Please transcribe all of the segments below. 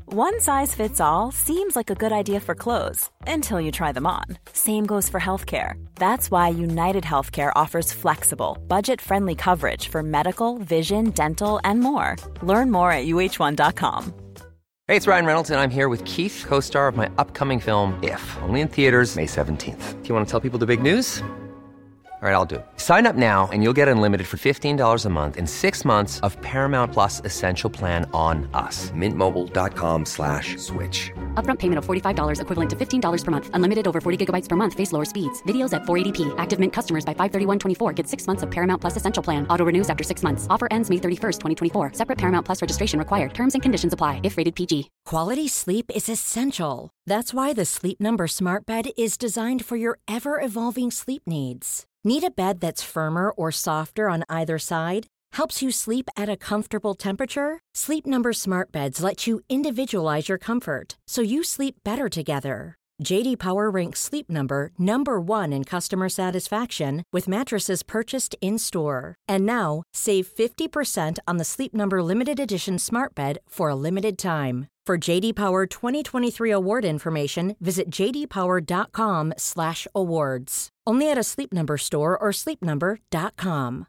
One size fits all seems like a good idea for clothes until you try them on. Same goes for healthcare. That's why United Healthcare offers flexible, budget-friendly coverage for medical, vision, dental, and more. Learn more at uh1.com. Hey, it's Ryan Reynolds, and I'm here with Keith, co-star of my upcoming film, If, only in theaters May 17th. Do you want to tell people the big news? All right, I'll do it. Sign up now and you'll get unlimited for $15 a month and 6 months of Paramount Plus Essential Plan on us. MintMobile.com/switch. Upfront payment of $45 equivalent to $15 per month. Unlimited over 40 gigabytes per month. Face lower speeds. Videos at 480p. Active Mint customers by 531.24 get 6 months of Paramount Plus Essential Plan. Auto renews after 6 months. Offer ends May 31st, 2024. Separate Paramount Plus registration required. Terms and conditions apply if rated PG. Quality sleep is essential. That's why the Sleep Number Smart Bed is designed for your ever-evolving sleep needs. Need a bed that's firmer or softer on either side? Helps you sleep at a comfortable temperature? Sleep Number Smart Beds let you individualize your comfort so you sleep better together. JD Power ranks Sleep Number #1 in customer satisfaction with mattresses purchased in-store. And now, save 50% on the Sleep Number Limited Edition Smart Bed for a limited time. For JD Power 2023 award information, visit jdpower.com/awards. Only at a Sleep Number store or sleepnumber.com.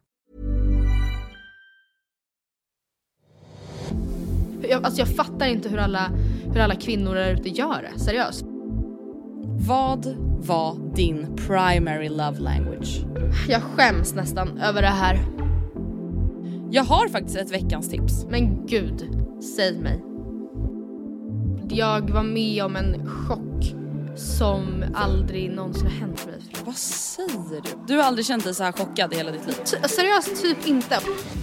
Jag fattar inte hur alla kvinnor där ute gör det. Seriöst. Vad var din primary love language? Jag skäms nästan över det här. Jag har faktiskt ett veckans tips. Men gud, säg mig. Jag var med om en chock som aldrig någonsin har hänt mig. Vad säger du? Du har aldrig känt dig så här chockad i hela ditt liv? Seriöst, typ inte.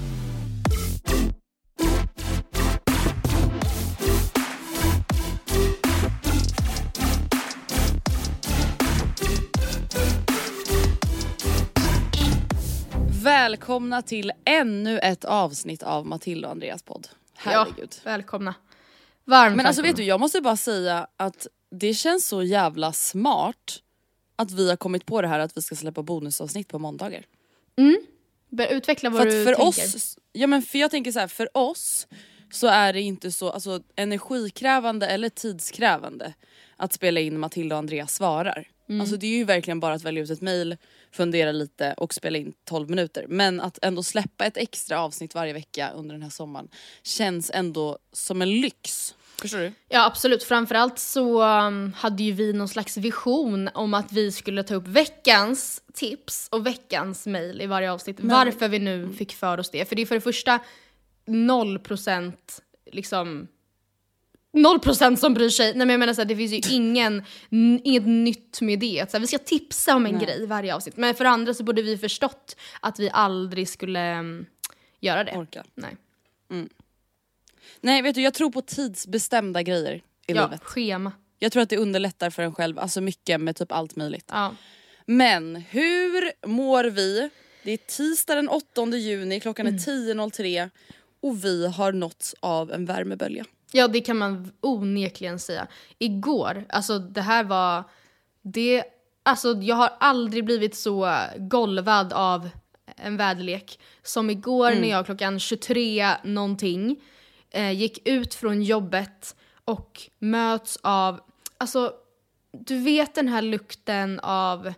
Välkomna till ännu ett avsnitt av Matilda och Andreas podd. Herregud. Ja, välkomna. Varmt. Men alltså vet du, jag måste bara säga att det känns så jävla smart att vi har kommit på det här att vi ska släppa bonusavsnitt på måndagar. Utveckla vad du för tänker. Oss, ja men för jag tänker så här, för oss så är det inte så alltså, energikrävande eller tidskrävande att spela in Matilda och Andreas svarar. Alltså det är ju verkligen bara att välja ut ett mejl, fundera lite och spela in 12 minuter. Men att ändå släppa ett extra avsnitt varje vecka under den här sommaren känns ändå som en lyx. Förstår du? Ja, absolut. Framförallt så hade ju vi någon slags vision om att vi skulle ta upp veckans tips och veckans mejl i varje avsnitt. Varför vi nu fick för oss det. För det är för det första 0% liksom 0% som bryr sig. Nej men jag menar så här, det finns ju inget nytt med det. Så här, vi ska tipsa om en grej i varje avsnitt. Men för andra så borde vi förstått att vi aldrig skulle göra det. Orka. Nej. Nej, vet du, jag tror på tidsbestämda grejer i livet. Schema. Jag tror att det underlättar för en själv. Alltså mycket med typ allt möjligt. Ja. Men hur mår vi? Det är tisdag den 8 juni. Klockan är 10.03. Och vi har nåtts av en värmebölja. Ja, det kan man onekligen säga. Igår, alltså det här var det, alltså jag har aldrig blivit så golvad av en väderlek som igår när jag klockan 23 någonting gick ut från jobbet och möts av, alltså du vet den här lukten av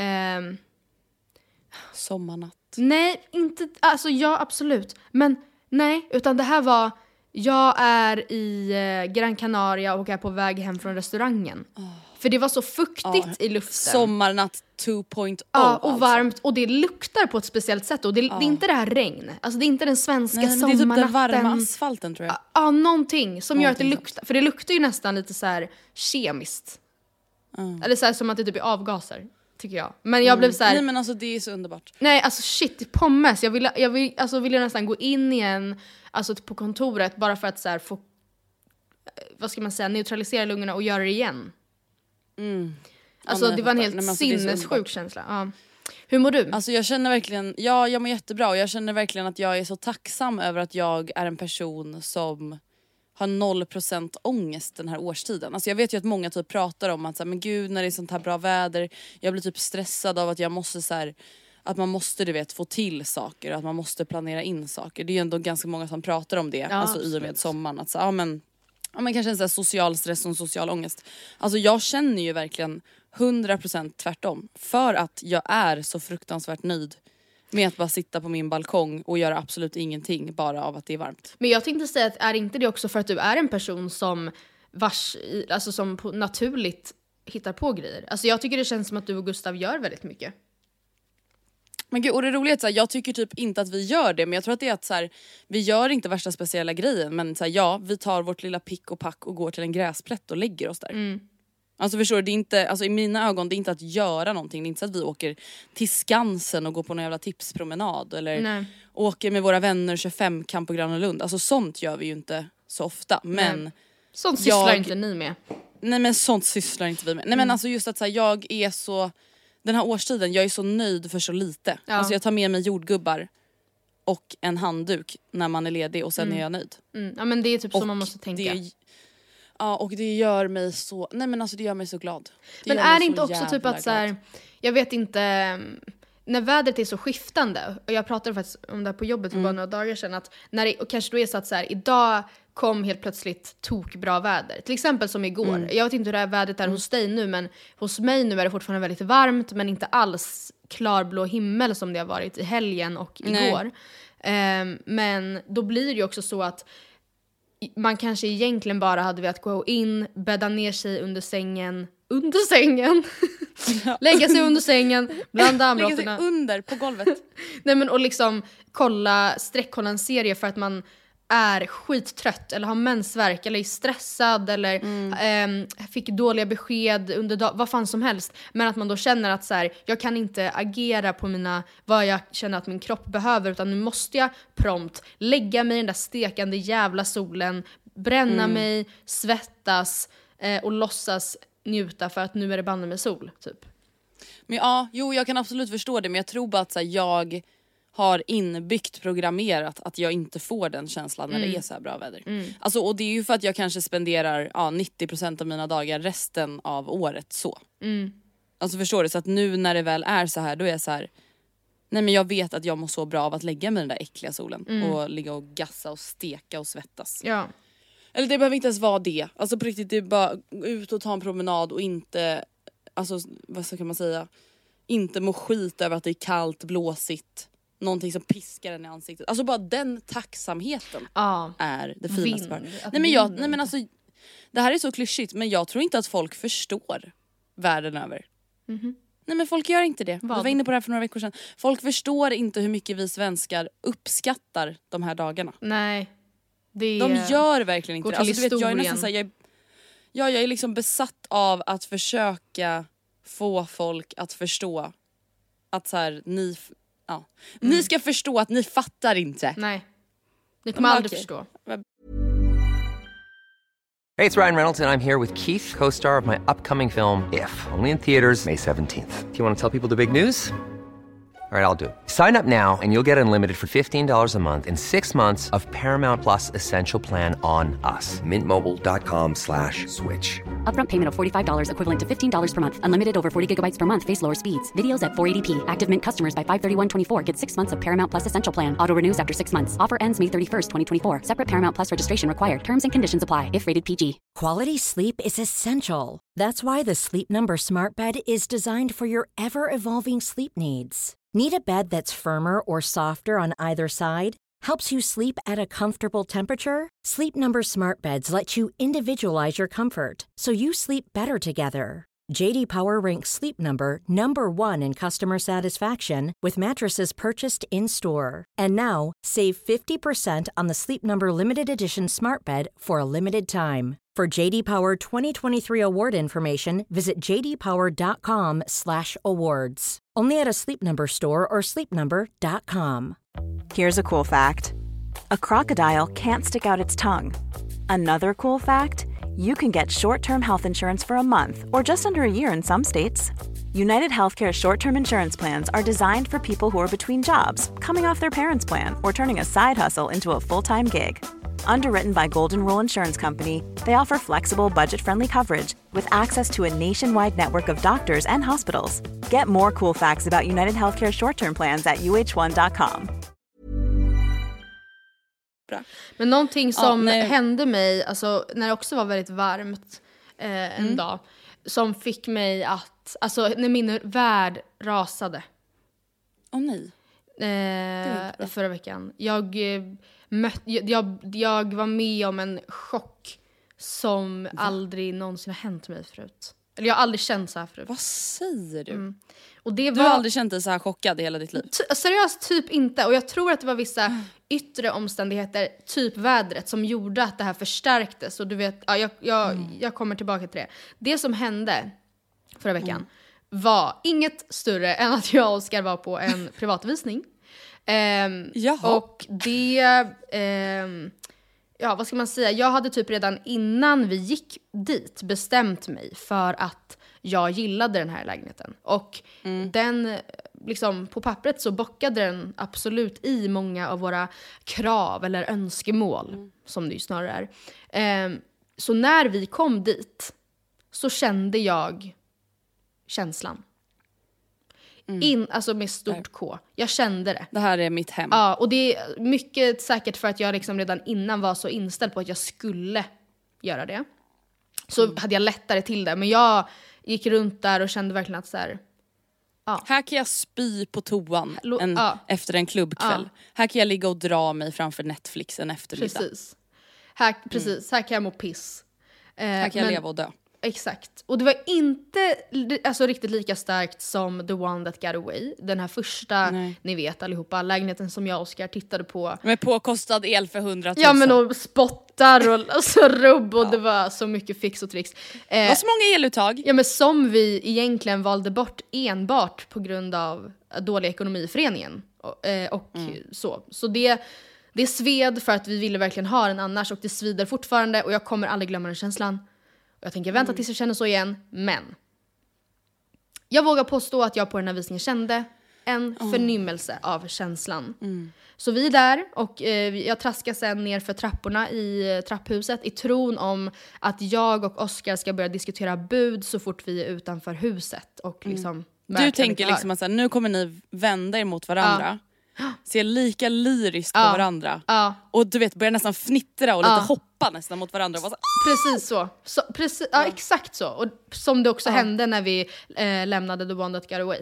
Sommarnatt. Nej, inte, alltså ja absolut, men nej, utan det här var, jag är i Gran Canaria och är på väg hem från restaurangen. För det var så fuktigt i luften. Sommarnatt 2.0. Ja, och varmt. Och det luktar på ett speciellt sätt. Och det är inte det här regn. Alltså det är inte den svenska sommarnatten. Det är typ den varma asfalten tror jag. Ja, någonting som gör att det luktar. För det luktar ju nästan lite så här kemiskt. Eller så här som att det typ är avgaser, tycker jag. Men jag blev så här. Nej men alltså det är så underbart. Nej alltså shit, pommes. Jag ville nästan gå in igen, alltså på kontoret, bara för att så här få, vad ska man säga, neutralisera lungorna och göra det igen. Alltså det var en helt sinnessjuk känsla. Ja. Hur mår du? Alltså jag känner verkligen, jag mår jättebra. Och jag känner verkligen att jag är så tacksam över att jag är en person som har 0% ångest den här årstiden. Alltså jag vet ju att många typ pratar om att så här, men gud när det är sånt här bra väder, jag blir typ stressad av att jag måste så här, att man måste du vet få till saker, att man måste planera in saker. Det är ju ändå ganska många som pratar om det, alltså i och med sommaren att så, ja men Ja, men kanske en sån här social stress och social ångest. Alltså jag känner ju verkligen 100% tvärtom. För att jag är så fruktansvärt nöjd med att bara sitta på min balkong och göra absolut ingenting bara av att det är varmt. Men jag tänkte säga att är inte det också för att du är en person som som naturligt hittar på grejer? Alltså jag tycker det känns som att du och Gustav gör väldigt mycket. Men gud, och det roliga är att så här, jag tycker typ inte att vi gör det, men jag tror att det är att så här, vi gör inte värsta speciella grejen, men så här, ja, vi tar vårt lilla pick och pack och går till en gräsplätt och lägger oss där. Alltså förstår du, det är inte, alltså i mina ögon det är inte att göra någonting. Det är inte så att vi åker till Skansen och går på någon jävla tipspromenad eller åker med våra vänner 25-kamp på Gröna Lund. Alltså sånt gör vi ju inte så ofta, men sånt sysslar inte ni med. Nej, men sånt sysslar inte vi med. Nej, men alltså just att så här, jag är så, den här årstiden, jag är så nöjd för så lite. Alltså jag tar med mig jordgubbar och en handduk när man är ledig och sen är jag nöjd. Ja, men det är typ så man måste tänka. Ja, och det gör mig så, nej men alltså det gör mig så glad. Men är det inte också typ att så här, jag vet inte, när vädret är så skiftande, och jag pratade faktiskt om det här på jobbet för bara några dagar sedan, att när det, och kanske då är så att så här, idag kom helt plötsligt tokbra väder. Till exempel som igår. Jag vet inte hur det här vädret är hos dig nu, men hos mig nu är det fortfarande väldigt varmt, men inte alls klarblå himmel som det har varit i helgen och igår. Men då blir det ju också så att man kanske egentligen bara hade velat gå in, bädda ner sig under sängen, lägga sig under sängen bland dammråttorna. Lägga sig under på golvet. Nej, men och liksom kolla en serie för att man är skittrött eller har mensvärk eller är stressad eller fick dåliga besked under vad fan som helst, men att man då känner att så här, jag kan inte agera på vad jag känner att min kropp behöver, utan nu måste jag prompt lägga mig i den där stekande jävla solen, bränna mig, svettas och låtsas njuta för att nu är det banne med sol typ. Men ja, jo, jag kan absolut förstå det, men jag tror bara att så här, jag har inbyggt programmerat att jag inte får den känslan när det är så här bra väder. Alltså, och det är ju för att jag kanske spenderar 90% av mina dagar resten av året så. Alltså förstår du, så att nu när det väl är så här, då är jag så här, nej men jag vet att jag mår så bra av att lägga mig i den där äckliga solen och ligga och gassa och steka och svettas. Ja. Eller det behöver inte ens vara det. Alltså på riktigt, det är bara ut och ta en promenad och inte, alltså vad ska man säga, inte må skit över att det är kallt, blåsigt. Någonting som piskar den i ansiktet. Alltså bara den tacksamheten är det finaste. Nej men alltså, det här är så klyschigt, men jag tror inte att folk förstår världen över. Nej, men folk gör inte det. Vi var inne på det här för några veckor sedan. Folk förstår inte hur mycket vi svenskar uppskattar de här dagarna. Nej. De gör verkligen inte det. Alltså, du vet, jag är nästan så här, jag är liksom besatt av att försöka få folk att förstå att så här, ni ska förstå att ni fattar inte. Nej. Ni kommer aldrig förstå. Hey, it's Ryan Reynolds, and I'm here with Keith, co-star of my upcoming film, If, only in theaters May 17th. Do you want to tell people the big news? All right, I'll do it. Sign up now and you'll get unlimited for $15 a month and 6 months of Paramount Plus Essential Plan on us. MintMobile.com/switch. Upfront payment of $45 equivalent to $15 per month. Unlimited over 40 gigabytes per month. Face lower speeds. Videos at 480p. Active Mint customers by 531.24 get 6 months of Paramount Plus Essential Plan. Auto renews after 6 months. Offer ends May 31st, 2024. Separate Paramount Plus registration required. Terms and conditions apply if rated PG. Quality sleep is essential. That's why the Sleep Number Smart Bed is designed for your ever-evolving sleep needs. Need a bed that's firmer or softer on either side? Helps you sleep at a comfortable temperature? Sleep Number Smart Beds let you individualize your comfort, so you sleep better together. JD Power ranks Sleep Number #1 in customer satisfaction with mattresses purchased in-store. And now, save 50% on the Sleep Number Limited Edition Smart Bed for a limited time. For JD Power 2023 award information, visit jdpower.com/awards. Only at a Sleep Number store or sleepnumber.com. Here's a cool fact. A crocodile can't stick out its tongue. Another cool fact, you can get short-term health insurance for a month or just under a year in some states. United Healthcare short-term insurance plans are designed for people who are between jobs, coming off their parents' plan, or turning a side hustle into a full-time gig. Underwritten by Golden Rule Insurance Company, they offer flexible, budget-friendly coverage with access to a nationwide network of doctors and hospitals. Get more cool facts about United Healthcare short-term plans at uh1.com. Bra. Men någonting som hände mig, alltså när det också var väldigt varmt en dag, som fick mig att, alltså när min värld rasade. Nej. Förra veckan. Jag var med om en chock som aldrig någonsin har hänt mig förut. Eller jag har aldrig känt så här förut. Vad säger du? Och det Du har aldrig känt dig så här chockad i hela ditt liv? Seriöst, typ inte. Och jag tror att det var vissa yttre omständigheter, typ vädret, som gjorde att det här förstärktes. Och du vet, jag kommer tillbaka till det. Det som hände förra veckan var inget större än att jag och Oskar var på en privatvisning. Och det... vad ska man säga? Jag hade typ redan innan vi gick dit bestämt mig för att jag gillade den här lägenheten. Och den, liksom på pappret så bockade den absolut i många av våra krav eller önskemål, som det ju snarare är. Så när vi kom dit så kände jag känslan. Alltså med stort K. Jag kände det. Det här är mitt hem. Ja, och det är mycket säkert för att jag liksom redan innan var så inställd på att jag skulle göra det. Så hade jag lättare till det. Men jag gick runt där och kände verkligen att så här... Här kan jag spy på toan efter en klubbkväll. Här kan jag ligga och dra mig framför Netflix en eftermiddag. Precis. Här kan jag må piss. Här kan jag leva och dö. Exakt. Och det var inte riktigt lika starkt som The One That Got Away. Den här första, ni vet allihopa, lägenheten som jag och Oskar tittade på. Med påkostad el för 100 000. Ja, men och spottar och alltså, rubb och det var så mycket fix och tricks. Det var så många eluttag. Ja, men som vi egentligen valde bort enbart på grund av dålig ekonomi i föreningen. Så det sved för att vi ville verkligen ha den annars, och det svider fortfarande och jag kommer aldrig glömma den känslan. Jag tänker vänta tills jag känner så igen. Men jag vågar påstå att jag på den här visningen kände en förnimmelse av känslan. Så vi är där och jag traskar sen ner för trapporna i trapphuset i tron om att jag och Oskar ska börja diskutera bud så fort vi är utanför huset. Och liksom du tänker liksom att så här, nu kommer ni vända er mot varandra. Ser lika lyriskt på varandra. Och du vet, börjar nästan fnittra och lite hoppa nästan mot varandra. Och precis så. Exakt så. Och som det också hände när vi lämnade The One That Got Away.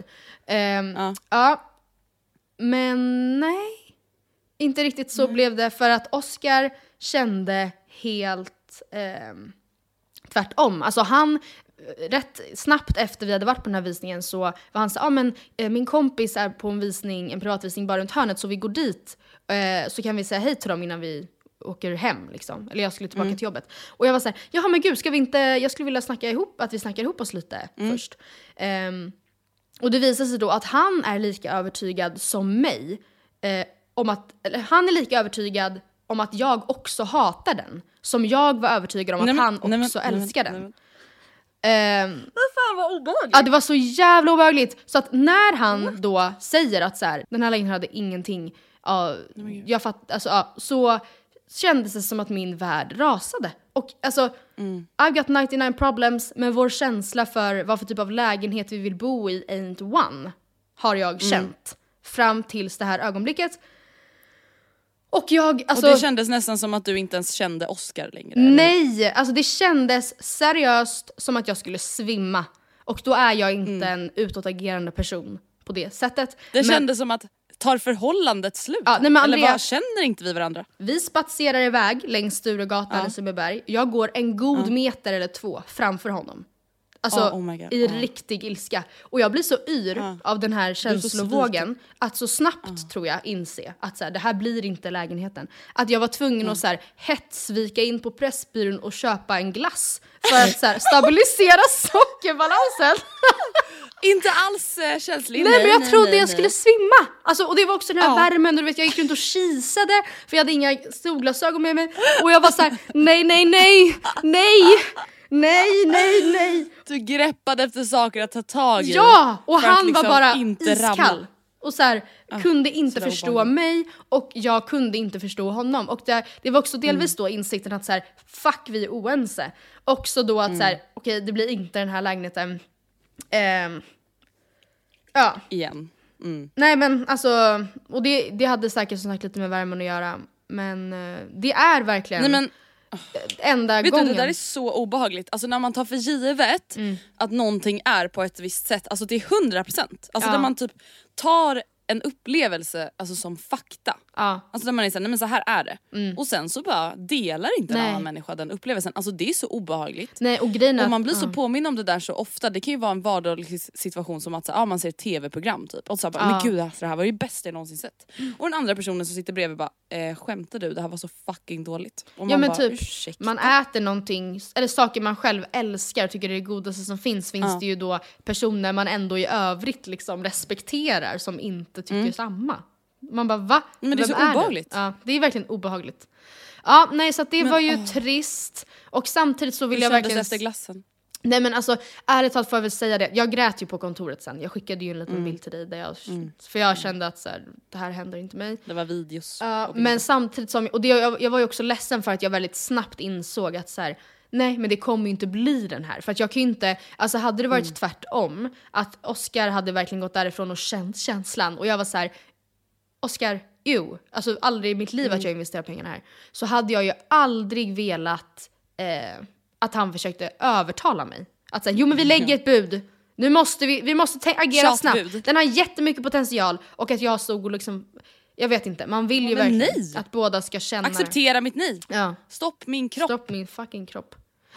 Men nej. Inte riktigt så blev det, för att Oskar kände helt tvärtom. Alltså han... Rätt snabbt efter vi hade varit på den här visningen så var han så min kompis är på en privatvisning bara runt hörnet, så vi går dit så kan vi säga hej till dem innan vi åker hem liksom. Eller jag skulle tillbaka till jobbet. Och jag var så här, jaha men gud, jag skulle vilja att vi snackar ihop oss lite först. Och det visar sig då att han är lika övertygad som mig han är lika övertygad om att jag också hatar den som jag var övertygad om att han också älskar den. Vad fan var obehagligt. Ja, det var så jävla obehagligt. Så att när han då säger att så här, den här lägenheten hade ingenting, jag så kändes det som att min värld rasade. Och alltså, I've got 99 problems, men vår känsla för vad för typ av lägenhet vi vill bo i ain't one, har jag känt fram tills det här ögonblicket. Och det kändes nästan som att du inte ens kände Oskar längre. Nej, alltså det kändes seriöst som att jag skulle svimma. Och då är jag inte en utåtagerande person på det sättet. Det kändes som att, tar förhållandet slut? Eller vad, känner inte vi varandra? Vi spatserar iväg längs Sturegatan i Sundbyberg. Jag går en god meter eller 2 framför honom. Alltså i riktig ilska. Och jag blir så yr av den här känslovågen att så snabbt tror jag inse att så här, det här blir inte lägenheten. Att jag var tvungen att så här, hetsvika in på Pressbyrån och köpa en glass för att så här, stabilisera sockerbalansen. Inte alls känslig. Nej, men jag trodde jag skulle svimma. Alltså, och det var också den här värmen. Du vet, jag gick runt och kisade för jag hade inga solglasögon med mig. Och jag var så här, nej. Du greppade efter saker att ta tag i. Ja, och han liksom var bara inte iskall. Ramla. Och så här, kunde inte förstå mig. Och jag kunde inte förstå honom. Och det var också delvis då insikten att så här, fuck, vi är oense. Också då att så här, okej, det blir inte den här lägenheten. Igen. Nej, men alltså, och det hade säkert som sagt lite med värmen att göra. Men det är verkligen enda vet gången. Du, det där är så obehagligt. Alltså när man tar för givet att någonting är på ett visst sätt. Alltså det är 100%. Alltså där man typ tar en upplevelse alltså som fakta. Alltså där man är såhär, nej men så här är det. Och sen så bara delar inte en annan människa den upplevelsen. Alltså det är så obehagligt. Nej, och man blir så påminn om det där så ofta. Det kan ju vara en vardaglig situation som att man ser ett tv-program typ. Och så bara, men gud det här var ju bästa jag någonsin sett. Och den andra personen som sitter bredvid bara, skämtar du? Det här var så fucking dåligt. Och man men bara, typ, ursäkta. man äter någonting, eller saker man själv älskar och tycker är det godaste som finns det ju då personer man ändå i övrigt liksom respekterar som inte tycker samma. Man bara, va? Men det är så obehagligt. Ja, det är verkligen obehagligt. Ja, nej, så att det var ju trist. Och samtidigt så vill jag verkligen... efter glassen? Nej men alltså, ärligt talat får jag väl säga det. Jag grät ju på kontoret sen. Jag skickade ju en liten bild till dig där jag, för jag kände att så här, det här händer inte mig. Det var videos. Men samtidigt som, och jag var ju också ledsen för att jag väldigt snabbt insåg att så här, nej men det kommer ju inte bli den här. För att jag kan ju inte, alltså hade det varit tvärtom, att Oscar hade verkligen gått därifrån och känt känslan. Och jag var så här, Oscar, alltså aldrig i mitt liv att jag investerar pengarna här. Så hade jag ju aldrig velat att han försökte övertala mig. Att säga, jo men vi lägger ett bud. Nu måste vi måste agera snabbt. Den har jättemycket potential. Och att jag stod och liksom, jag vet inte, man vill ju verkligen att båda ska känna. Acceptera mitt nej. Ja. Stopp min kropp. Stopp min fucking kropp.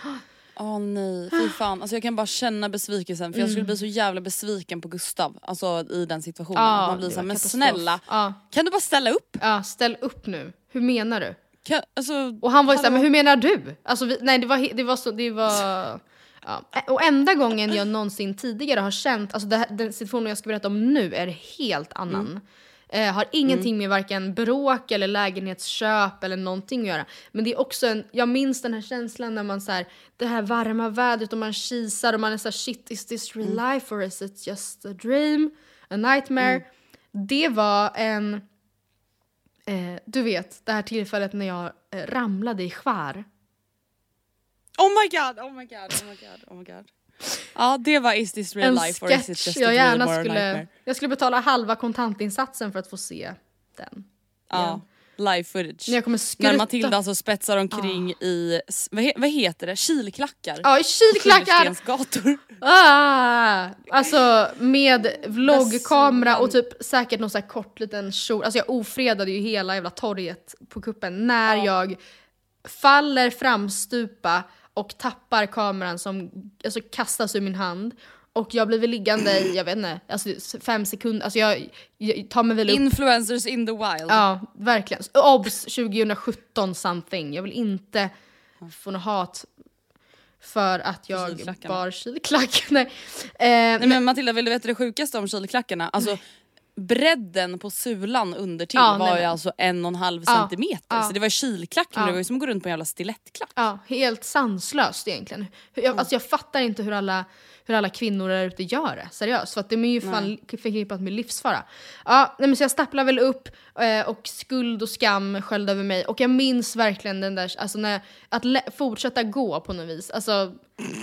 Nej, fy fan. Alltså jag kan bara känna besvikelsen. För jag skulle bli så jävla besviken på Gustav. Alltså i den situationen. Att man blir så här, men snälla, kan du bara ställa upp? Ja, ställ upp nu. Hur menar du? Alltså, och han var ju såhär, men hur menar du? Alltså nej, det var ja. Och enda gången jag någonsin tidigare har känt, alltså den situationen jag ska berätta om nu är helt annan. Har ingenting med varken bråk eller lägenhetsköp eller någonting att göra. Men det är också jag minns den här känslan när man så här, det här varma vädret och man kisar och man är så här, shit, is this real life or is it just a dream, a nightmare? Det var du vet, det här tillfället när jag ramlade i skär. Oh my god. Ja, det var Is This Real Life or Is It Just a Dream or a Nightmare? Jag skulle betala halva kontantinsatsen för att få se den. Ja, live footage. När Matilda alltså spetsar omkring i, vad heter det? Kilklackar. Ja, i kilklackar. Gator. Alltså med vloggkamera och typ säkert någon så här kort liten kjol. Alltså jag ofredade ju hela jävla torget på kuppen när jag faller framstupa och tappar kameran som alltså kastas ur min hand. Och jag blir väl liggande i, jag vet inte, alltså 5 sekunder. Alltså jag tar mig väl upp. Influencers in the wild. Ja, verkligen. Obs 2017 something. Jag vill inte få något hat för att jag bar kilklack. Nej, men Matilda, vill du veta det sjukaste om kilklackarna? Alltså bredden på sulan under till var ju alltså 1,5 centimeter. Så det var kilklack, men det var ju som att gå runt på en jävla stilettklack. Ja, helt sanslöst egentligen. Alltså jag fattar inte hur alla kvinnor där ute gör det, seriöst. För att det är ju fan förknippat med livsfara. Ja, men så jag stapplar väl upp och skuld och skam sköljde över mig. Och jag minns verkligen den där, alltså att fortsätta gå på något vis. Alltså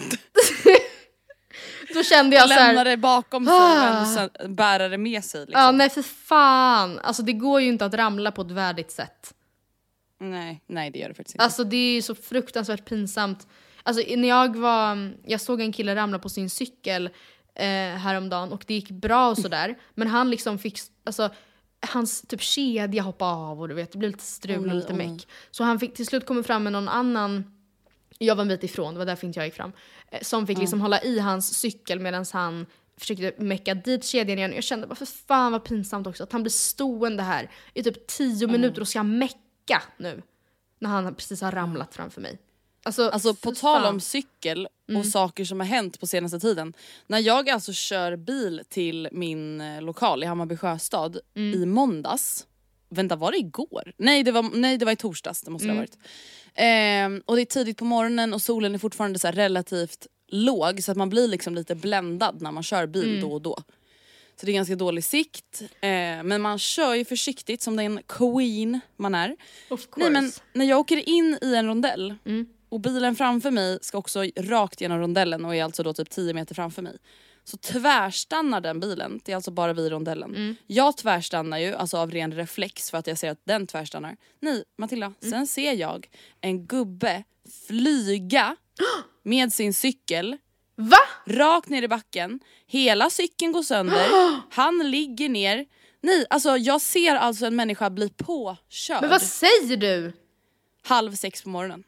då kände jag såhär, lämna det bakom sig och bära det med sig liksom. Ja, nej för fan. Alltså det går ju inte att ramla på ett värdigt sätt. Nej, det gör det faktiskt inte. Alltså det är ju så fruktansvärt pinsamt. Alltså när jag såg en kille ramla på sin cykel häromdagen och det gick bra och sådär. Men han liksom fick, alltså hans typ kedja hoppade av och du vet, det blev lite strul och lite meck. Så han fick till slut komma fram med någon annan. Jag var en bit ifrån, det var därför inte jag gick fram. Som fick liksom hålla i hans cykel medan han försökte mecka dit kedjan igen. Jag kände bara, för fan vad pinsamt också. Att han blir stående här i typ 10 minuter och ska mecka nu. När han precis har ramlat framför mig. Alltså på tal om cykel och saker som har hänt på senaste tiden. När jag alltså kör bil till min lokal i Hammarby Sjöstad i måndags. Vänta, var det igår? Nej, det var i torsdags, det måste det ha varit. Och det är tidigt på morgonen och solen är fortfarande så här relativt låg. Så att man blir liksom lite bländad när man kör bil då och då. Så det är ganska dålig sikt. Men man kör ju försiktigt som den queen man är. Of course. Nej, men när jag åker in i en rondell Och bilen framför mig ska också rakt genom rondellen och är alltså då typ 10 meter framför mig. Så tvärstannar den bilen, det är alltså bara vi i rondellen. Jag tvärstannar ju alltså av ren reflex för att jag ser att den tvärstannar. Nej, Matilda, sen ser jag en gubbe flyga med sin cykel. Va? Rakt ner i backen. Hela cykeln går sönder. Han ligger ner. Nej, alltså jag ser alltså en människa bli påkörd. Men vad säger du? 5:30 på morgonen.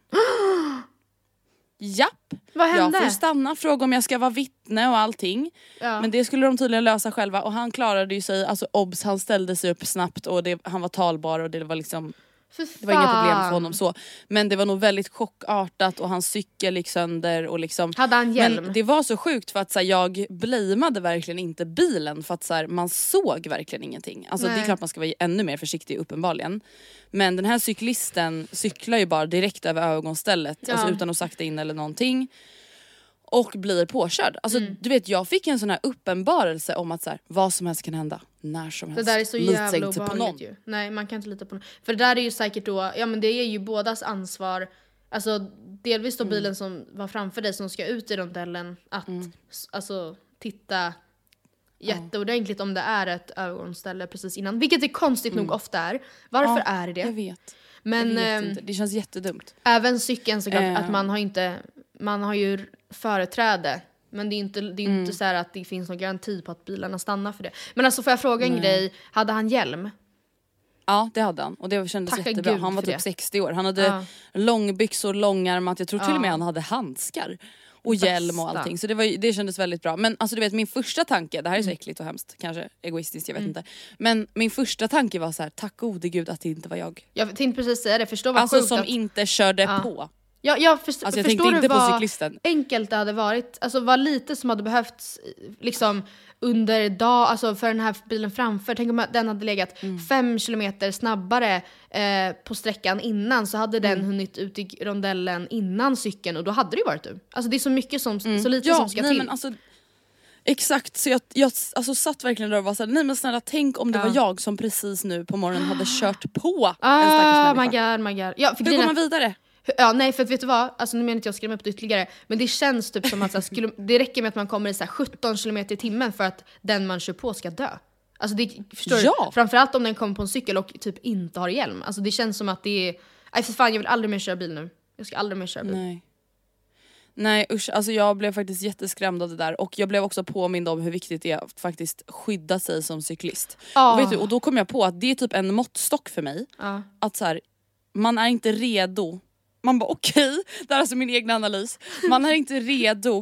Japp. Vad hände? Jag får stanna, fråga om jag ska vara vittne och allting. Ja. Men det skulle de tydligen lösa själva. Och han klarade ju sig, alltså obs, han ställde sig upp snabbt. Och han var talbar och det var liksom... Det var inga problem för honom så. Men det var nog väldigt chockartat och hans cykel gick sönder och liksom... Hade han hjälm? Men det var så sjukt för att så här, jag blameade verkligen inte bilen för att så här, man såg verkligen ingenting. Alltså det är klart man ska vara ännu mer försiktig uppenbarligen. Men den här cyklisten cyklar ju bara direkt över övergångsstället alltså utan att sakta in eller någonting. Och blir påkörd. Alltså du vet, jag fick en sån här uppenbarelse om att så här, vad som helst kan hända när som helst. Det där är så Lita jävla inte på obehagligt någon. ju. Nej, man kan inte lita på någon. För det där är ju säkert då, ja men det är ju bådas ansvar. Alltså delvis då bilen som var framför dig som ska ut i rondellen att alltså titta jätteordentligt om det är ett övergångsställe precis innan. Vilket är konstigt nog ofta är. Varför är det? Jag vet. Men jag vet inte. Det känns jättedumt. även cykeln så att man har ju företräde. Men det är inte så här att det finns någon garanti på att bilarna stannar för det. Men alltså får jag fråga en grej, hade han hjälm? Ja, det hade han. Och det kändes Tacka jättebra. Gud Han var för typ det. 60 år. Han hade långbyxor, långärmat. Jag tror till och med han hade handskar. Och hjälm och allting. Så det kändes väldigt bra. Men alltså du vet, min första tanke, det här är så äckligt och hemskt. Kanske egoistiskt, jag vet inte. Men min första tanke var så här: tack gode gud att det inte var jag. Jag tänkte precis säga det, förstå vad alltså sjukt som att... inte körde på. Jag tänkte förstår inte du på vad cyklisten. enkelt det hade varit. Alltså vad lite som hade behövts liksom under dag, alltså för den här bilen framför. Tänk om den hade legat 5 kilometer snabbare på sträckan innan, så hade den hunnit ut i rondellen innan cykeln och då hade det ju varit du. Alltså det är så mycket som, så lite som ska till. Men alltså, exakt, så jag alltså, satt verkligen där och var såhär, nej men snälla tänk om det var jag som precis nu på morgonen hade kört på en stackars människa. My god. Ja, hur går man vidare? Ja, nej, för vet du vad? Alltså nu menar inte jag skrämma upp det ytterligare, men det känns typ som att det räcker med att man kommer i så här 17 kilometer i timmen för att den man kör på ska dö. Alltså det, förstår du? Framförallt om den kommer på en cykel och typ inte har hjälm. Alltså det känns som att det är... Nej för fan, jag vill aldrig mer köra bil nu. Jag ska aldrig mer köra bil. Nej usch, alltså jag blev faktiskt jätteskrämd av det där. Och jag blev också påmind om hur viktigt det är att faktiskt skydda sig som cyklist. Och, vet du, och då kom jag på att det är typ en måttstock för mig. Att så här, man är inte redo. Man bara okej, det är alltså min egen analys. Man är inte redo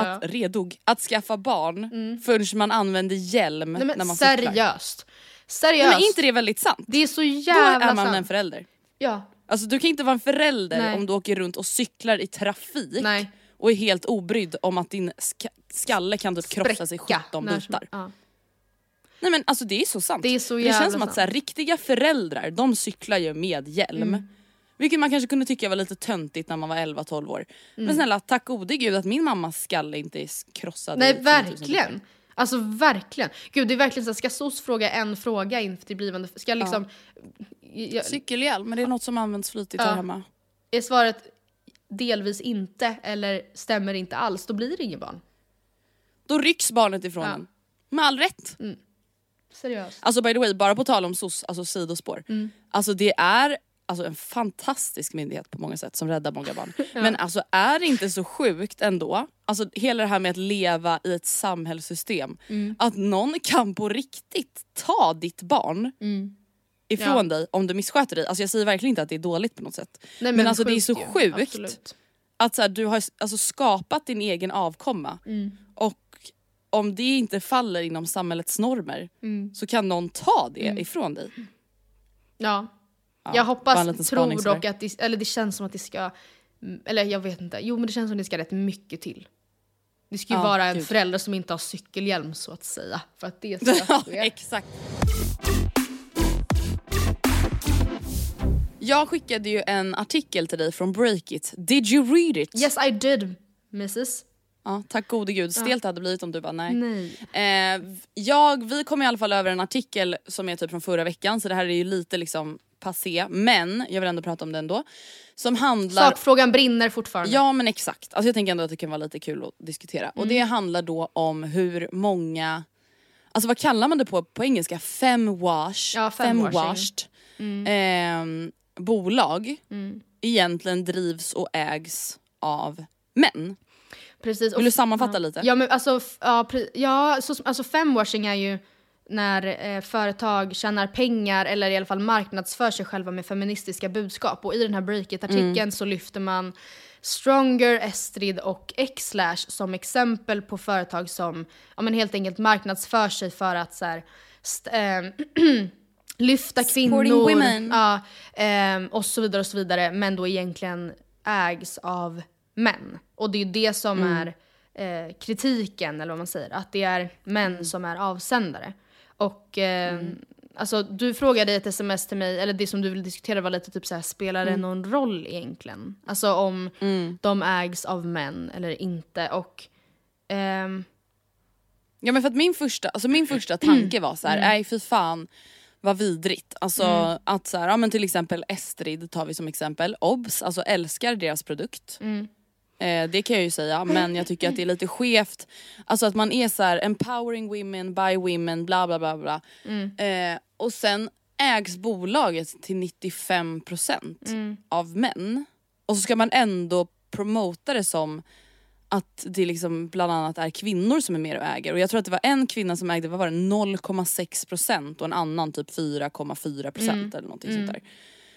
att skaffa barn förrän man använder hjälm när man cyklar. Seriöst. Nej, men är inte det väldigt sant? Det är så jävla Då är man sant. en förälder. Ja. Alltså du kan inte vara en förälder om du åker runt och cyklar i trafik och är helt obrydd om att din skalle kan typ krossa sig 17 bitar. Nej men alltså det är så sant. Det är så det jävla känns som att så här, riktiga föräldrar, de cyklar ju med hjälm. Vilket man kanske kunde tycka var lite töntigt när man var 11-12 år. Men snälla, tack gode gud att min mammas skalle inte är krossad. Nej, verkligen. Alltså verkligen. Gud, det är verkligen så här, ska SOS fråga en fråga inför till blivande... Ska liksom... Cykelhjälm, men det är något som används flitigt här hemma. Är svaret delvis inte eller stämmer inte alls, då blir det ingen barn. Då rycks barnet ifrån en. Med all rätt. Seriöst. Alltså by the way, bara på tal om SOS, alltså sidospår. Alltså det är... Alltså en fantastisk myndighet på många sätt som räddar många barn. Men alltså är det inte så sjukt ändå? Alltså hela det här med att leva i ett samhällssystem. Att någon kan på riktigt ta ditt barn ifrån dig om du missköter dig. Alltså jag säger verkligen inte att det är dåligt på något sätt. Nej, men alltså det är så sjukt. Absolut. Att så här, du har alltså skapat din egen avkomma. Och om det inte faller inom samhällets normer så kan någon ta det ifrån dig. Ja. Jag hoppas, tror dock att det känns som att det ska, eller jag vet inte, jo men det känns som att det ska rätt mycket till. Det ska ju vara en förälder som inte har cykelhjälm så att säga, för att det ska ske. Exakt. Jag skickade ju en artikel till dig från Breakit. Did you read it? Yes I did, Mrs. Ja, tack gode gud. Stelt hade blivit om du bara nej. Nej. Vi kom i alla fall över en artikel som är typ från förra veckan, så det här är ju lite liksom passé, men jag vill ändå prata om den då. Som handlar... Sakfrågan brinner fortfarande. Ja, men exakt. Alltså jag tänker ändå att det kan vara lite kul att diskutera. Och det handlar då om hur många... Alltså vad kallar man det på engelska? Femwashed bolag egentligen drivs och ägs av män. Precis. Vill du sammanfatta lite? Ja, men alltså femwashing är ju när företag tjänar pengar eller i alla fall marknadsför sig själva med feministiska budskap. Och i den här Breakit-artikeln så lyfter man Stronger, Estrid och Xlash som exempel på företag som helt enkelt marknadsför sig för att så här, lyfta kvinnor och så vidare, men då egentligen ägs av män. Och det är ju det som är kritiken, eller vad man säger, att det är män som är avsändare. Och alltså, du frågade i ett sms till mig, eller det som du vill diskutera var lite typ så här, spelar det någon roll egentligen? Alltså om de ägs av män eller inte. Och ja, men för att min första tanke var så här, nej fy fan vad vidrigt. Alltså att så här, ja men till exempel Estrid tar vi som exempel. Obs, alltså älskar deras produkt. Det kan jag ju säga, men jag tycker att det är lite skevt. Alltså att man är så här empowering women by women, bla bla bla bla. Och sen ägs bolaget till 95% av män. Och så ska man ändå promota det som att det liksom bland annat är kvinnor som är med och äger. Och jag tror att det var en kvinna som ägde, vad var det, 0,6% och en annan typ 4,4% eller någonting sånt där.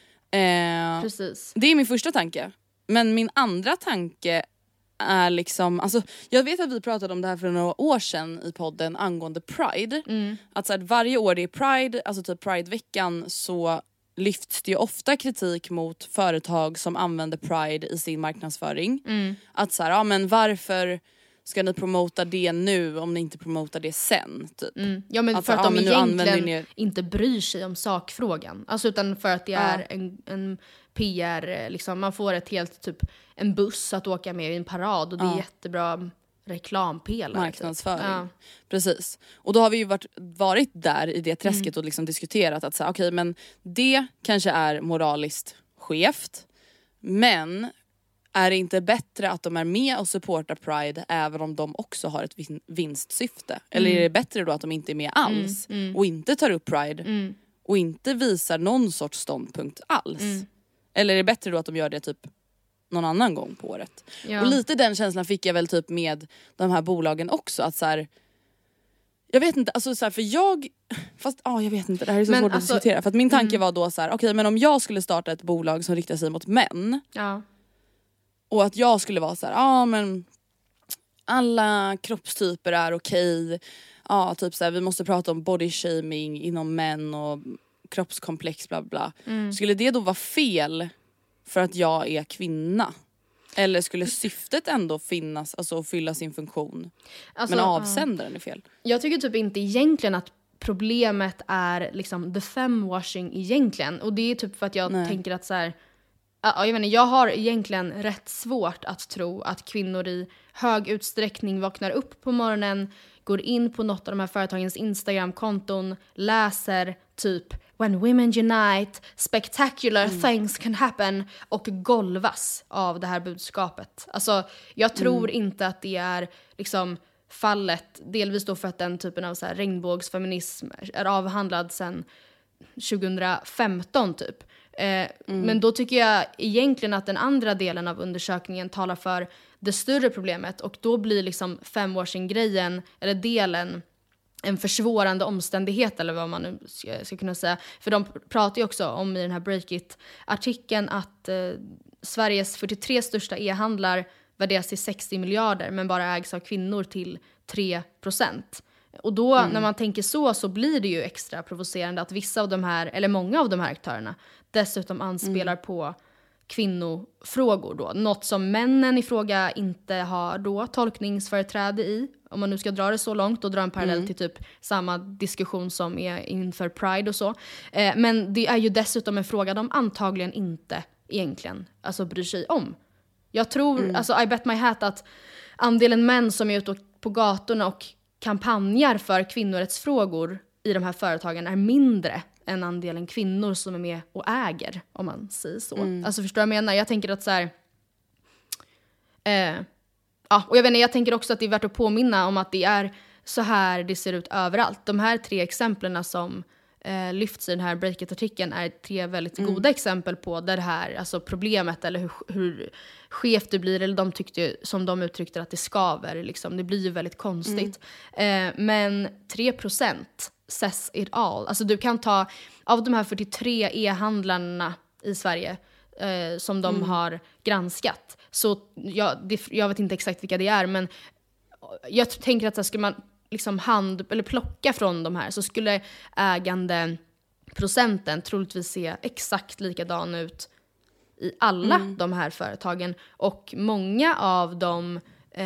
Precis. Det är min första tanke. Men min andra tanke är liksom, alltså jag vet att vi pratade om det här för några år sedan i podden angående Pride. Att så här, varje år det är Pride, alltså typ Pride-veckan, så lyfts det ju ofta kritik mot företag som använder Pride i sin marknadsföring. Att så här, ja men varför ska ni promota det nu om ni inte promotar det sen typ. Ja, men att, för att de egentligen ni... inte bryr sig om sakfrågan. Alltså utan för att det är en PR, liksom, man får ett helt typ en buss att åka med i en parad och det är jättebra reklampelare. Marknadsföring. Precis. Och då har vi ju varit där i det träsket och liksom diskuterat att så okej, men det kanske är moraliskt skevt, men är det inte bättre att de är med och supportar Pride även om de också har ett vinstsyfte? Eller är det bättre då att de inte är med alls och inte tar upp Pride och inte visar någon sorts ståndpunkt alls? Eller är det bättre då att de gör det typ någon annan gång på året? Och lite den känslan fick jag väl typ med de här bolagen också, att så här, jag vet inte, alltså så här, för jag vet inte, det här är så svårt att diskutera, för att min tanke var då så här, okej, men om jag skulle starta ett bolag som riktar sig mot män och att jag skulle vara så här, men alla kroppstyper är okej. Typ så här, vi måste prata om body shaming inom män och kroppskomplex bla bla. Skulle det då vara fel för att jag är kvinna? Eller skulle syftet ändå finnas, alltså fylla sin funktion, alltså, men avsändaren är fel? Jag tycker typ inte egentligen att problemet är liksom the femwashing egentligen. Och det är typ för att jag tänker att så här, jag vet inte, jag har egentligen rätt svårt att tro att kvinnor i hög utsträckning vaknar upp på morgonen, går in på något av de här företagens Instagram-konton, läser typ "When women unite, spectacular things can happen" och golvas av det här budskapet. Alltså, jag tror inte att det är liksom fallet, delvis då för att den typen av så här regnbågsfeminism är avhandlad sedan 2015 typ. Men då tycker jag egentligen att den andra delen av undersökningen talar för det större problemet, och då blir liksom femwashing-grejen eller delen en försvårande omständighet, eller vad man nu ska kunna säga. För de pratar ju också om i den här Breakit-artikeln att Sveriges 43 största e-handlar värderas till 60 miljarder men bara ägs av kvinnor till 3%. Och då när man tänker så blir det ju extra provocerande att vissa av de här, eller många av de här aktörerna dessutom anspelar på kvinnofrågor då. Något som männen i fråga inte har då tolkningsföreträde i. Om man nu ska dra det så långt och dra en parallell till typ samma diskussion som är inför Pride och så. Men det är ju dessutom en fråga de antagligen inte egentligen bryr sig om. Jag tror, I bet my hat att andelen män som är ute på gatorna och kampanjar för kvinnorättsfrågor i de här företagen är mindre än andelen kvinnor som är med och äger, om man säger så. Alltså förstår jag menar? Jag tänker att så här... och jag vet inte, jag tänker också att det är värt att påminna om att det är så här det ser ut överallt. De här 3 exemplen som lyfts i den här Breakit-artikeln är 3 väldigt goda exempel på där det här, alltså problemet eller hur skevt det blir, eller de tyckte, som de uttryckte att det skaver, liksom. Det blir ju väldigt konstigt. Men 3% says it all. Alltså du kan ta, av de här 43 e-handlarna i Sverige som de har granskat, så jag vet inte exakt vilka det är, men jag tänker att så skulle man liksom eller plocka från de här, så skulle ägandeprocenten troligtvis se exakt likadan ut i alla de här företagen. Och många av de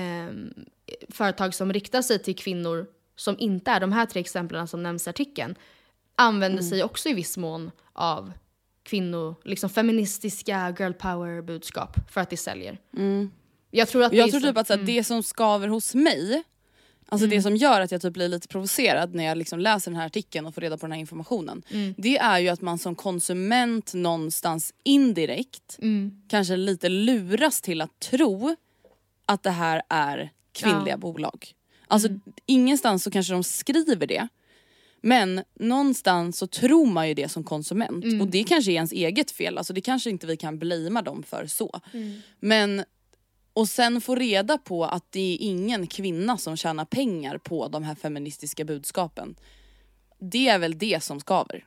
företag som riktar sig till kvinnor som inte är de här 3 exemplen som nämns i artikeln använder sig också i viss mån av liksom feministiska girl power budskap för att det säljer. Jag tror typ att det som skaver hos mig, alltså det som gör att jag typ blir lite provocerad när jag liksom läser den här artikeln och får reda på den här informationen, det är ju att man som konsument någonstans indirekt kanske lite luras till att tro att det här är kvinnliga bolag. Alltså ingenstans så kanske de skriver det, men någonstans så tror man ju det som konsument. Och det kanske är ens eget fel, alltså det kanske inte vi kan blamea dem för så. Men och sen få reda på att det är ingen kvinna som tjänar pengar på de här feministiska budskapen. Det är väl det som skaver.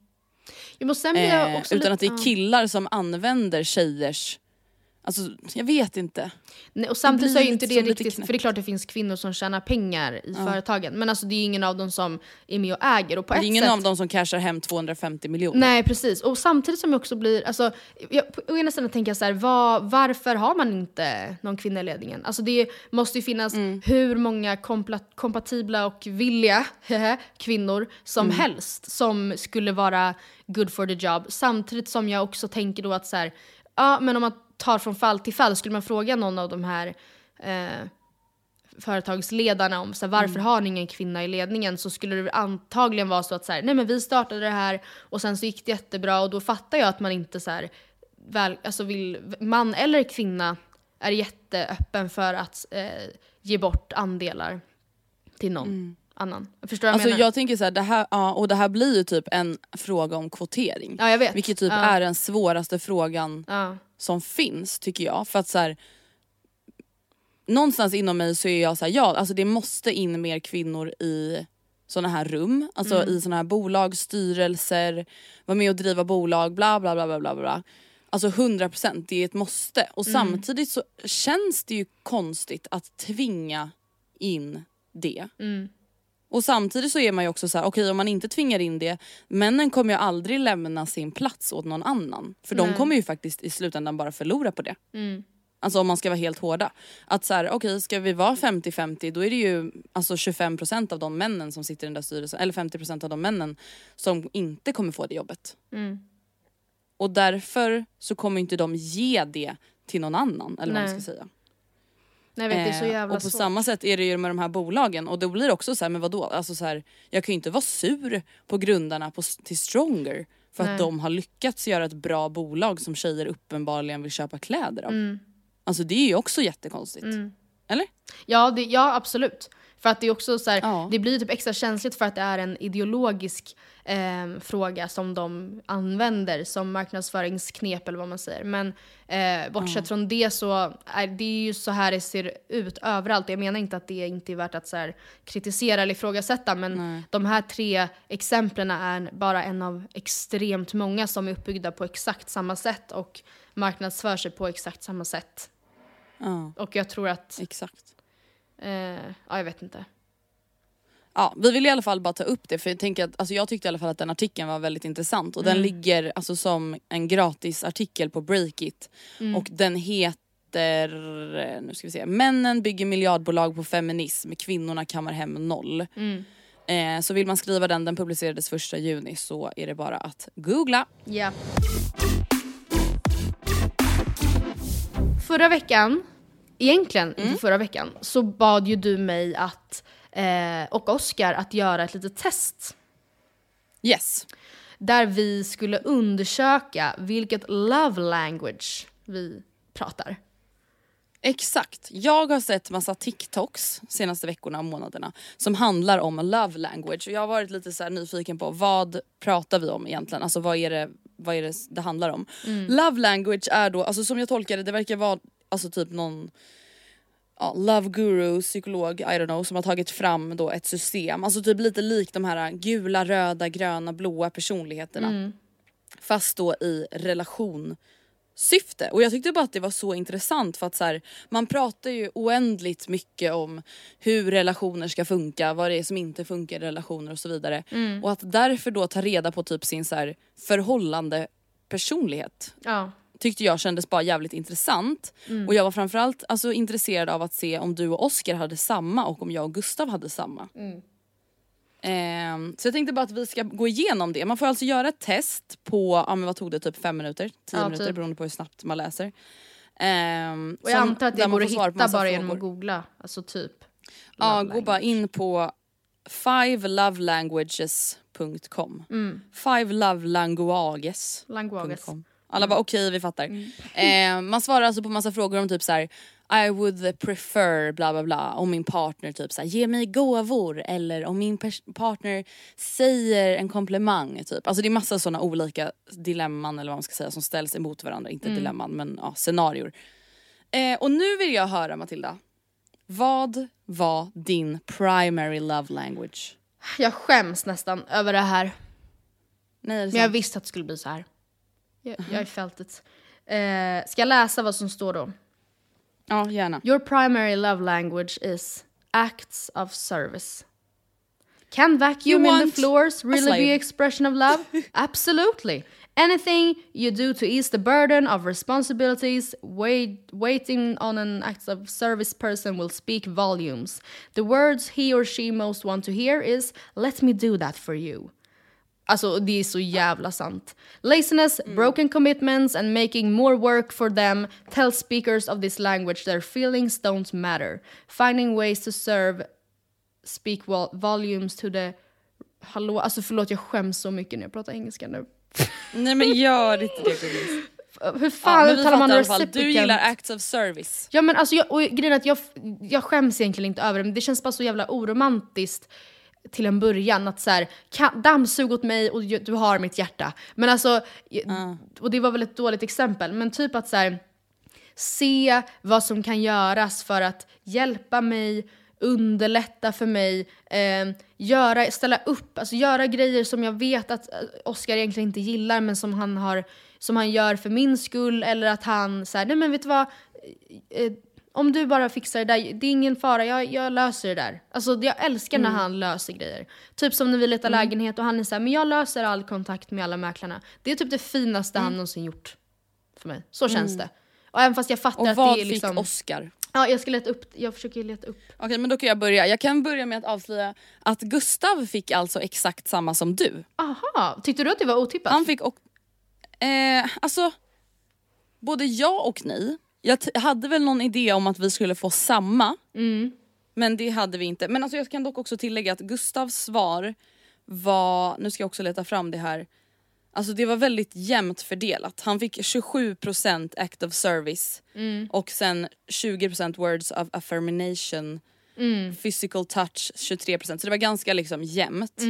Utan att det är killar som använder tjejers... Alltså, jag vet inte. Nej, och samtidigt så är ju inte det riktigt... För det är klart det finns kvinnor som tjänar pengar i företagen. Men alltså det är ingen av dem som är med och äger. Och på det är ingen sätt, av dem som cashar hem 250 miljoner. Nej, precis. Och samtidigt som jag också blir... Alltså, på ena sidan tänker jag så här, varför har man inte någon kvinna i ledningen? Alltså det måste ju finnas hur många kompatibla och villiga kvinnor som helst som skulle vara good for the job. Samtidigt som jag också tänker då att så här, men om man tar från fall till fall, skulle man fråga någon av de här företagsledarna om så här, varför har ni ingen kvinna i ledningen, så skulle det antagligen vara så att så här, nej men vi startade det här och sen så gick det jättebra, och då fattar jag att man inte så här, man eller kvinna är jätteöppen för att ge bort andelar till någon annan. Förstår du vad jag menar? Jag tänker så här, det här, och det här blir ju typ en fråga om kvotering. Ja, jag vet. Vilket typ är den svåraste frågan som finns, tycker jag. För att så här, någonstans inom mig så är jag så här, alltså det måste in mer kvinnor i såna här rum, alltså i såna här bolag, styrelser, vara med och driva bolag, bla bla bla bla bla bla. Alltså 100%, det är ett måste. Och samtidigt så känns det ju konstigt att tvinga in det. Och samtidigt så är man ju också så här, okej, om man inte tvingar in det, männen kommer ju aldrig lämna sin plats åt någon annan. För de kommer ju faktiskt i slutändan bara förlora på det. Alltså om man ska vara helt hårda. Att så här, okej, ska vi vara 50-50, då är det ju alltså 25% av de männen som sitter i den där styrelsen, eller 50% av de männen som inte kommer få det jobbet. Och därför så kommer inte de ge det till någon annan, eller vad man ska säga. Nej, vet, det är så jävla och på svårt. samma sätt är det ju med de här bolagen. Och då blir det också så här, men vadå? Alltså så här, jag kan ju inte vara sur på grundarna till Stronger för att de har lyckats göra ett bra bolag som tjejer uppenbarligen vill köpa kläder av. Alltså det är ju också jättekonstigt. Eller? Ja, absolut. För att det är också så här, det blir typ extra känsligt för att det är en ideologisk fråga som de använder som marknadsföringsknep eller vad man säger. Men bortsett från det så är det ju så här det ser ut överallt. Jag menar inte att det inte är värt att så här kritisera eller ifrågasätta, men de här 3 exemplen är bara en av extremt många som är uppbyggda på exakt samma sätt och marknadsför sig på exakt samma sätt. Och jag tror att... Exakt. Jag vet inte. Ja, vi vill i alla fall bara ta upp det, för jag tänker att, alltså jag tyckte i alla fall att den artikeln var väldigt intressant och den ligger alltså som en gratis artikel på Breakit och den heter, nu ska vi se, männen bygger miljardbolag på feminism, kvinnorna kammar hem 0. Så vill man skriva den publicerades 1 juni, så är det bara att googla. Ja. Förra veckan, egentligen inte förra veckan, så bad ju du mig att och Oscar att göra ett litet test. Yes. där vi skulle undersöka vilket love language vi pratar. Exakt. Jag har sett massa TikToks senaste veckorna och månaderna som handlar om love language. Och jag har varit lite så här nyfiken på vad pratar vi om egentligen? Alltså vad är det handlar om? Love language är då, alltså som jag tolkar det verkar vara alltså typ någon love guru, psykolog, I don't know, som har tagit fram då ett system. Alltså typ lite likt de här gula, röda, gröna, blåa personligheterna. Fast då i relationssyfte. Och jag tyckte bara att det var så intressant för att så här, man pratar ju oändligt mycket om hur relationer ska funka, vad det är som inte funkar i relationer och så vidare. Och att därför då ta reda på typ sin så här förhållande personlighet. Ja. Tyckte jag kändes bara jävligt intressant. Och jag var framförallt alltså intresserad av att se om du och Oscar hade samma och om jag och Gustav hade samma. Så jag tänkte bara att vi ska gå igenom det. Man får alltså göra ett test på, men vad tog det, typ 5 minuter? 10 minuter typ. beroende på hur snabbt man läser. Och jag antar att det går att hitta bara genom att frågor. googla. Alltså typ. Ja, gå bara in på 5lovelanguages.com 5lovelanguages.com. Alla bara okej, vi fattar. Man svarar alltså på massa frågor om typ så här: I would prefer bla bla bla. Om min partner typ så här, ge mig gåvor. Eller om min partner säger en komplimang typ. Alltså det är massa sådana olika dilemman eller vad man ska säga som ställs emot varandra. Inte dilemman men scenarior. Och nu vill jag höra, Matilda. Vad var din primary love language? Jag skäms nästan över det här. Nej, Men jag visste att det skulle bli så här. Jag felt it. Ska jag läsa vad som står då? Ja, gärna. Your primary love language is acts of service. Can vacuum in the floors really be expression of love? Absolutely. Anything you do to ease the burden of responsibilities, waiting on an act of service person will speak volumes. The words he or she most want to hear is let me do that for you. Alltså det är så jävla sant. Laziness, broken commitments and making more work for them tell speakers of this language their feelings don't matter. Finding ways to serve speak volumes to the... Hallå, alltså förlåt jag skäms så mycket när jag pratar engelska nu. Nej men gör inte det. Hur fan uttalar man recipient? Du gillar acts of service. Ja men alltså grejen är att jag skäms egentligen inte över det, men det känns bara så jävla oromantiskt till en början att så här, dammsug åt mig och du har mitt hjärta. Men alltså och det var väl ett dåligt exempel, men typ att så här, se vad som kan göras för att hjälpa mig, underlätta för mig, ställa upp, alltså göra grejer som jag vet att Oscar egentligen inte gillar men som han gör för min skull, eller att han så här, nej men vet du vad, om du bara fixar det där, det är ingen fara, jag löser det där. Alltså jag älskar när han löser grejer. Typ som när vi letar lägenhet och han är så här, men jag löser all kontakt med alla mäklarna. Det är typ det finaste han någonsin gjort för mig. Så känns det. Och även fast jag fattar och att vad det är liksom... fick Oscar? Ja, jag försöker leta upp. Okej, men då kan jag börja. Jag kan börja med att avslöja att Gustav fick alltså exakt samma som du. Aha, tyckte du att det var otippat? Han fick alltså både jag och ni. Jag hade väl någon idé om att vi skulle få samma. Men det hade vi inte. Men alltså jag kan dock också tillägga att Gustavs svar var, nu ska jag också leta fram det här. Alltså det var väldigt jämnt fördelat. Han fick 27% act of service. Och sen 20% words of affirmation. Physical touch 23%. Så det var ganska liksom jämnt.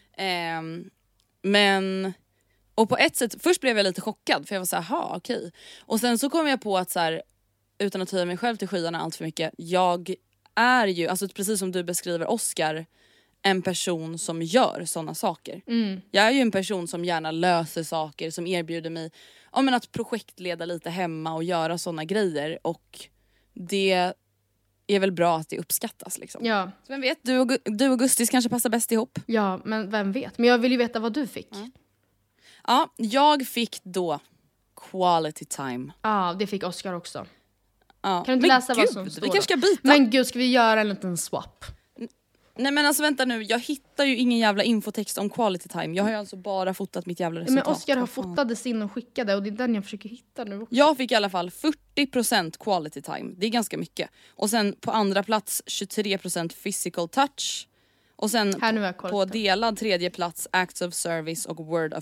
Men... Och på ett sätt, först blev jag lite chockad. För jag var så här, okej. Och sen så kom jag på att så här, utan att höja mig själv till skyarna allt för mycket. Jag är ju, alltså precis som du beskriver Oscar, en person som gör såna saker. Jag är ju en person som gärna löser saker, som erbjuder mig att projektleda lite hemma och göra såna grejer. Och det är väl bra att det uppskattas liksom. Ja. Så vem vet, du och Gustis kanske passar bäst ihop. Ja, men vem vet. Men jag vill ju veta vad du fick. Ja, jag fick då quality time. Ja, det fick Oscar också. Ja. Kan du inte läsa vad som står? Vi kanske ska byta. Men gud, ska vi göra en liten swap? Nej men alltså vänta nu, jag hittar ju ingen jävla infotext om quality time. Jag har ju alltså bara fotat mitt jävla resultat. Men Oscar har fotade sin och skickade och det är den jag försöker hitta nu också. Jag fick i alla fall 40% quality time. Det är ganska mycket. Och sen på andra plats 23% physical touch. Och sen Här, nu har jag kollat på det. delad tredje plats Acts of Service och Word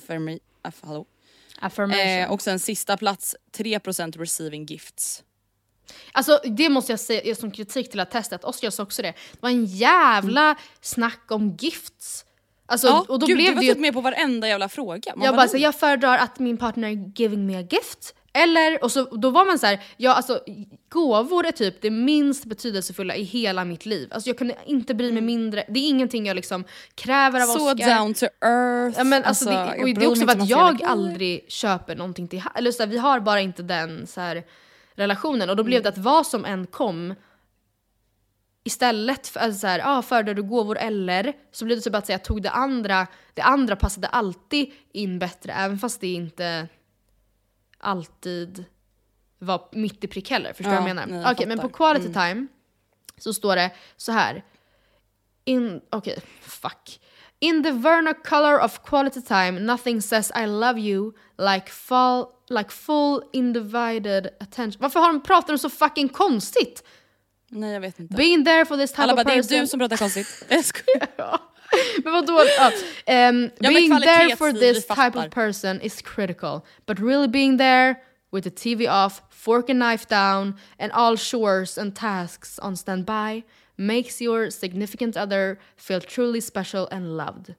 Affirmation. och sen sista plats 3% Receiving Gifts. Alltså det måste jag säga som kritik till det här testet. Oskar sa också det. Det var en jävla snack om gifts. Alltså, Ja, och då gud, blev du var det ju... typ med på varenda jävla fråga. Jag bara så jag föredrar att min partner giving me a gift. Eller, och så, då var man så här, ja alltså gåvor är typ det minst betydelsefulla i hela mitt liv. Alltså jag kunde inte bry mig mindre, det är ingenting jag liksom kräver av så Oscar. down to earth. Ja, men alltså, och det är också för att jag aldrig köper någonting till, eller så här, vi har bara inte den så här relationen. Och då blev det att vad som än kom, istället för alltså så här, föredrar du gåvor eller, så blev det typ att säga, jag tog det andra passade alltid in bättre, även fast det inte alltid var mitt i prick heller. Förstår du vad jag menar? Okej, men på quality time så står det så här. In the vernacular of quality time, nothing says I love you like full undivided attention. Varför har de pratat så fucking konstigt? Nej, jag vet inte. Being there for this type Alla of bara, person. det är du som pratar konstigt. Jag skojar. Men vadå? Being there for this type fattar. of person is critical. But really being there with the TV off, fork and knife down, and all chores and tasks on standby makes your significant other feel truly special and loved.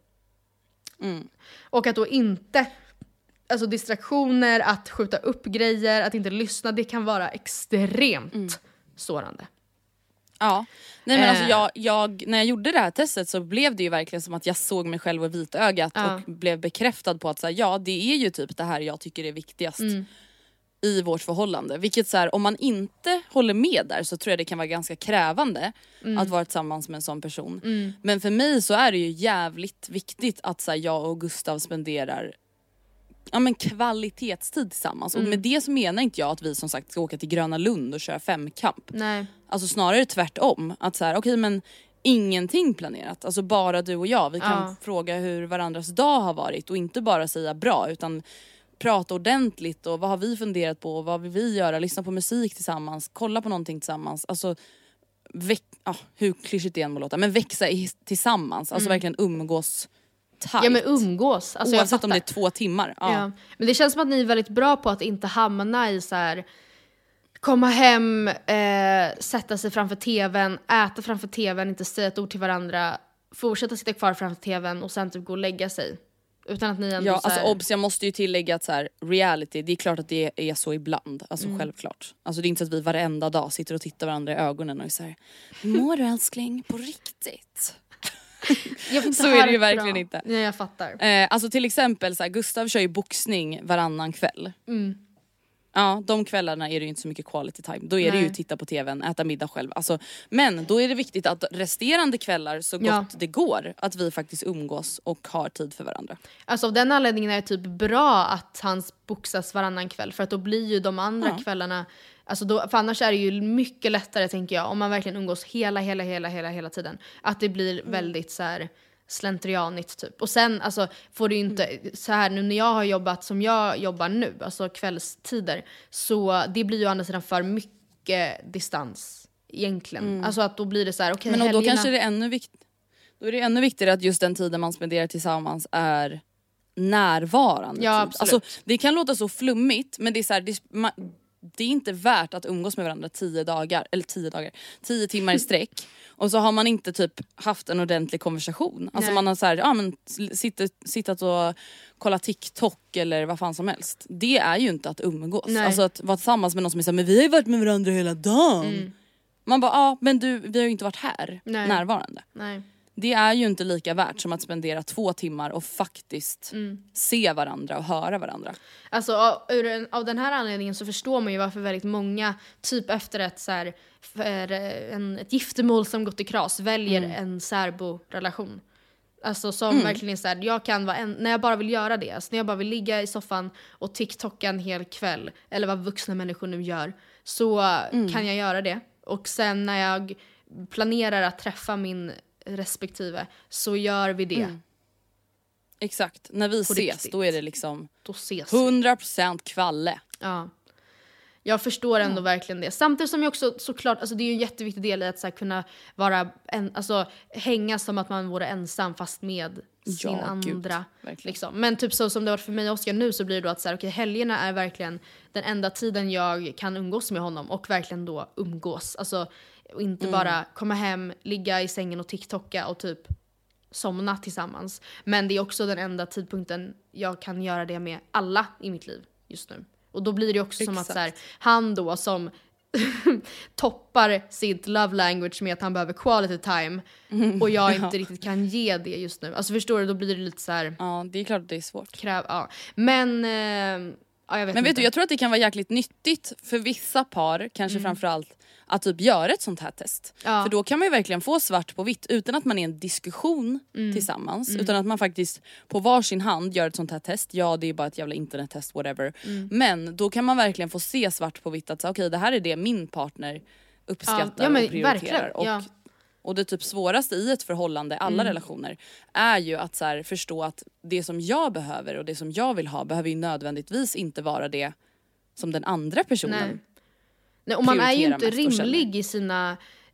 Och att då inte, alltså distraktioner, att skjuta upp grejer, att inte lyssna, det kan vara extremt sårande. Ja, nej men alltså jag när jag gjorde det här testet så blev det ju verkligen som att jag såg mig själv i vitögat och blev bekräftad på att så här, ja, det är ju typ det här jag tycker är viktigast i vårt förhållande. Vilket så här, om man inte håller med där så tror jag det kan vara ganska krävande att vara tillsammans med en sån person. Men för mig så är det ju jävligt viktigt att så här, jag och Gustav spenderar kvalitetstid tillsammans. Och med det så menar inte jag att vi som sagt ska åka till Gröna Lund och köra 5-kamp. Nej. Alltså snarare tvärtom. Att så här, okej, men ingenting planerat. Alltså bara du och jag. Vi kan fråga hur varandras dag har varit. Och inte bara säga bra, utan prata ordentligt. Och vad har vi funderat på? Vad vill vi göra? Lyssna på musik tillsammans. Kolla på någonting tillsammans. Alltså hur klyschigt det än må låta. Men växa tillsammans. Alltså verkligen umgås tight. Ja, men umgås. Alltså, oavsett om det är 2 timmar. Ja. Men det känns som att ni är väldigt bra på att inte hamna i så här, komma hem, sätta sig framför tvn, äta framför tvn, inte säga ett ord till varandra, fortsätta sitta kvar framför tvn och sen typ gå och lägga sig. Utan att ni ändå så här... alltså obs, jag måste ju tillägga att så här, reality, det är klart att det är så ibland. Alltså självklart. Alltså det är inte så att vi varenda dag sitter och tittar varandra i ögonen och är så här, mår du älskling på riktigt? Så är det ju verkligen inte. Ja, jag fattar. Alltså till exempel så här, Gustav kör ju boxning varannan kväll. Ja, de kvällarna är det ju inte så mycket quality time. Då är det ju titta på tvn, äta middag själv. Alltså, men då är det viktigt att resterande kvällar så gott det går att vi faktiskt umgås och har tid för varandra. Alltså av den anledningen är det typ bra att han boxas varannan kväll. För att då blir ju de andra kvällarna, alltså då, för annars är det ju mycket lättare tänker jag, om man verkligen umgås hela tiden. Att det blir väldigt så här slentrianigt typ. Och sen alltså får du inte så här nu när jag har jobbat som jag jobbar nu, alltså kvällstider, så det blir ju å andra sidan för mycket distans egentligen. Alltså att då blir det så här okej, men då kanske det är ännu viktigare att just den tiden man spenderar tillsammans är närvarande. Ja, typ. Alltså det kan låta så flummigt, men det är så här, det är inte värt att umgås med varandra 10 timmar i sträck. Och så har man inte typ haft en ordentlig konversation. Alltså man har så här, sittat och kollat TikTok eller vad fan som helst. Det är ju inte att umgås. Nej. Alltså att vara tillsammans med någon som är så här, men vi har ju varit med varandra hela dagen. Man bara, men vi har ju inte varit här närvarande. Nej. Det är ju inte lika värt som att spendera 2 timmar och faktiskt se varandra och höra varandra. Alltså av den här anledningen så förstår man ju varför väldigt många typ efter ett giftermål som gått i kras väljer en särborelation. Alltså som verkligen så här, jag kan vara när jag bara vill göra det, alltså när jag bara vill ligga i soffan och TikToka en hel kväll eller vad vuxna människor nu gör, så kan jag göra det. Och sen när jag planerar att träffa min respektive så gör vi det. Exakt, när vi ses riktigt. Då är det liksom då ses 100% kvalle. Ja. Jag förstår ändå verkligen det. Samtidigt som jag också såklart, alltså det är ju en jätteviktig del i att så här, kunna vara alltså hänga som att man vore ensam fast med sin andra. Liksom. Men typ så som det har varit för mig och Oscar nu, så blir det då att så här, okej, helgerna är verkligen den enda tiden jag kan umgås med honom och verkligen då umgås. Alltså och inte bara komma hem, ligga i sängen och TikToka och typ somna tillsammans. Men det är också den enda tidpunkten jag kan göra det med alla i mitt liv just nu. Och då blir det också som att så här, han då som toppar sitt love language med att han behöver quality time och jag inte riktigt kan ge det just nu. Alltså förstår du, då blir det lite så här. Ja, det är klart att det är svårt. Men jag vet inte. Du, jag tror att det kan vara jäkligt nyttigt för vissa par, kanske framförallt, att typ göra ett sånt här test. För då kan man ju verkligen få svart på vitt utan att man är i en diskussion tillsammans. Utan att man faktiskt på varsin hand gör ett sånt här test. Ja, det är bara ett jävla internettest, whatever. Men då kan man verkligen få se svart på vitt att okej, det här är det min partner uppskattar och prioriterar. Och det typ svåraste i ett förhållande, alla relationer, är ju att så här, förstå att det som jag behöver och det som jag vill ha behöver ju nödvändigtvis inte vara det som den andra personen. Nej, och man är ju inte rimlig i sina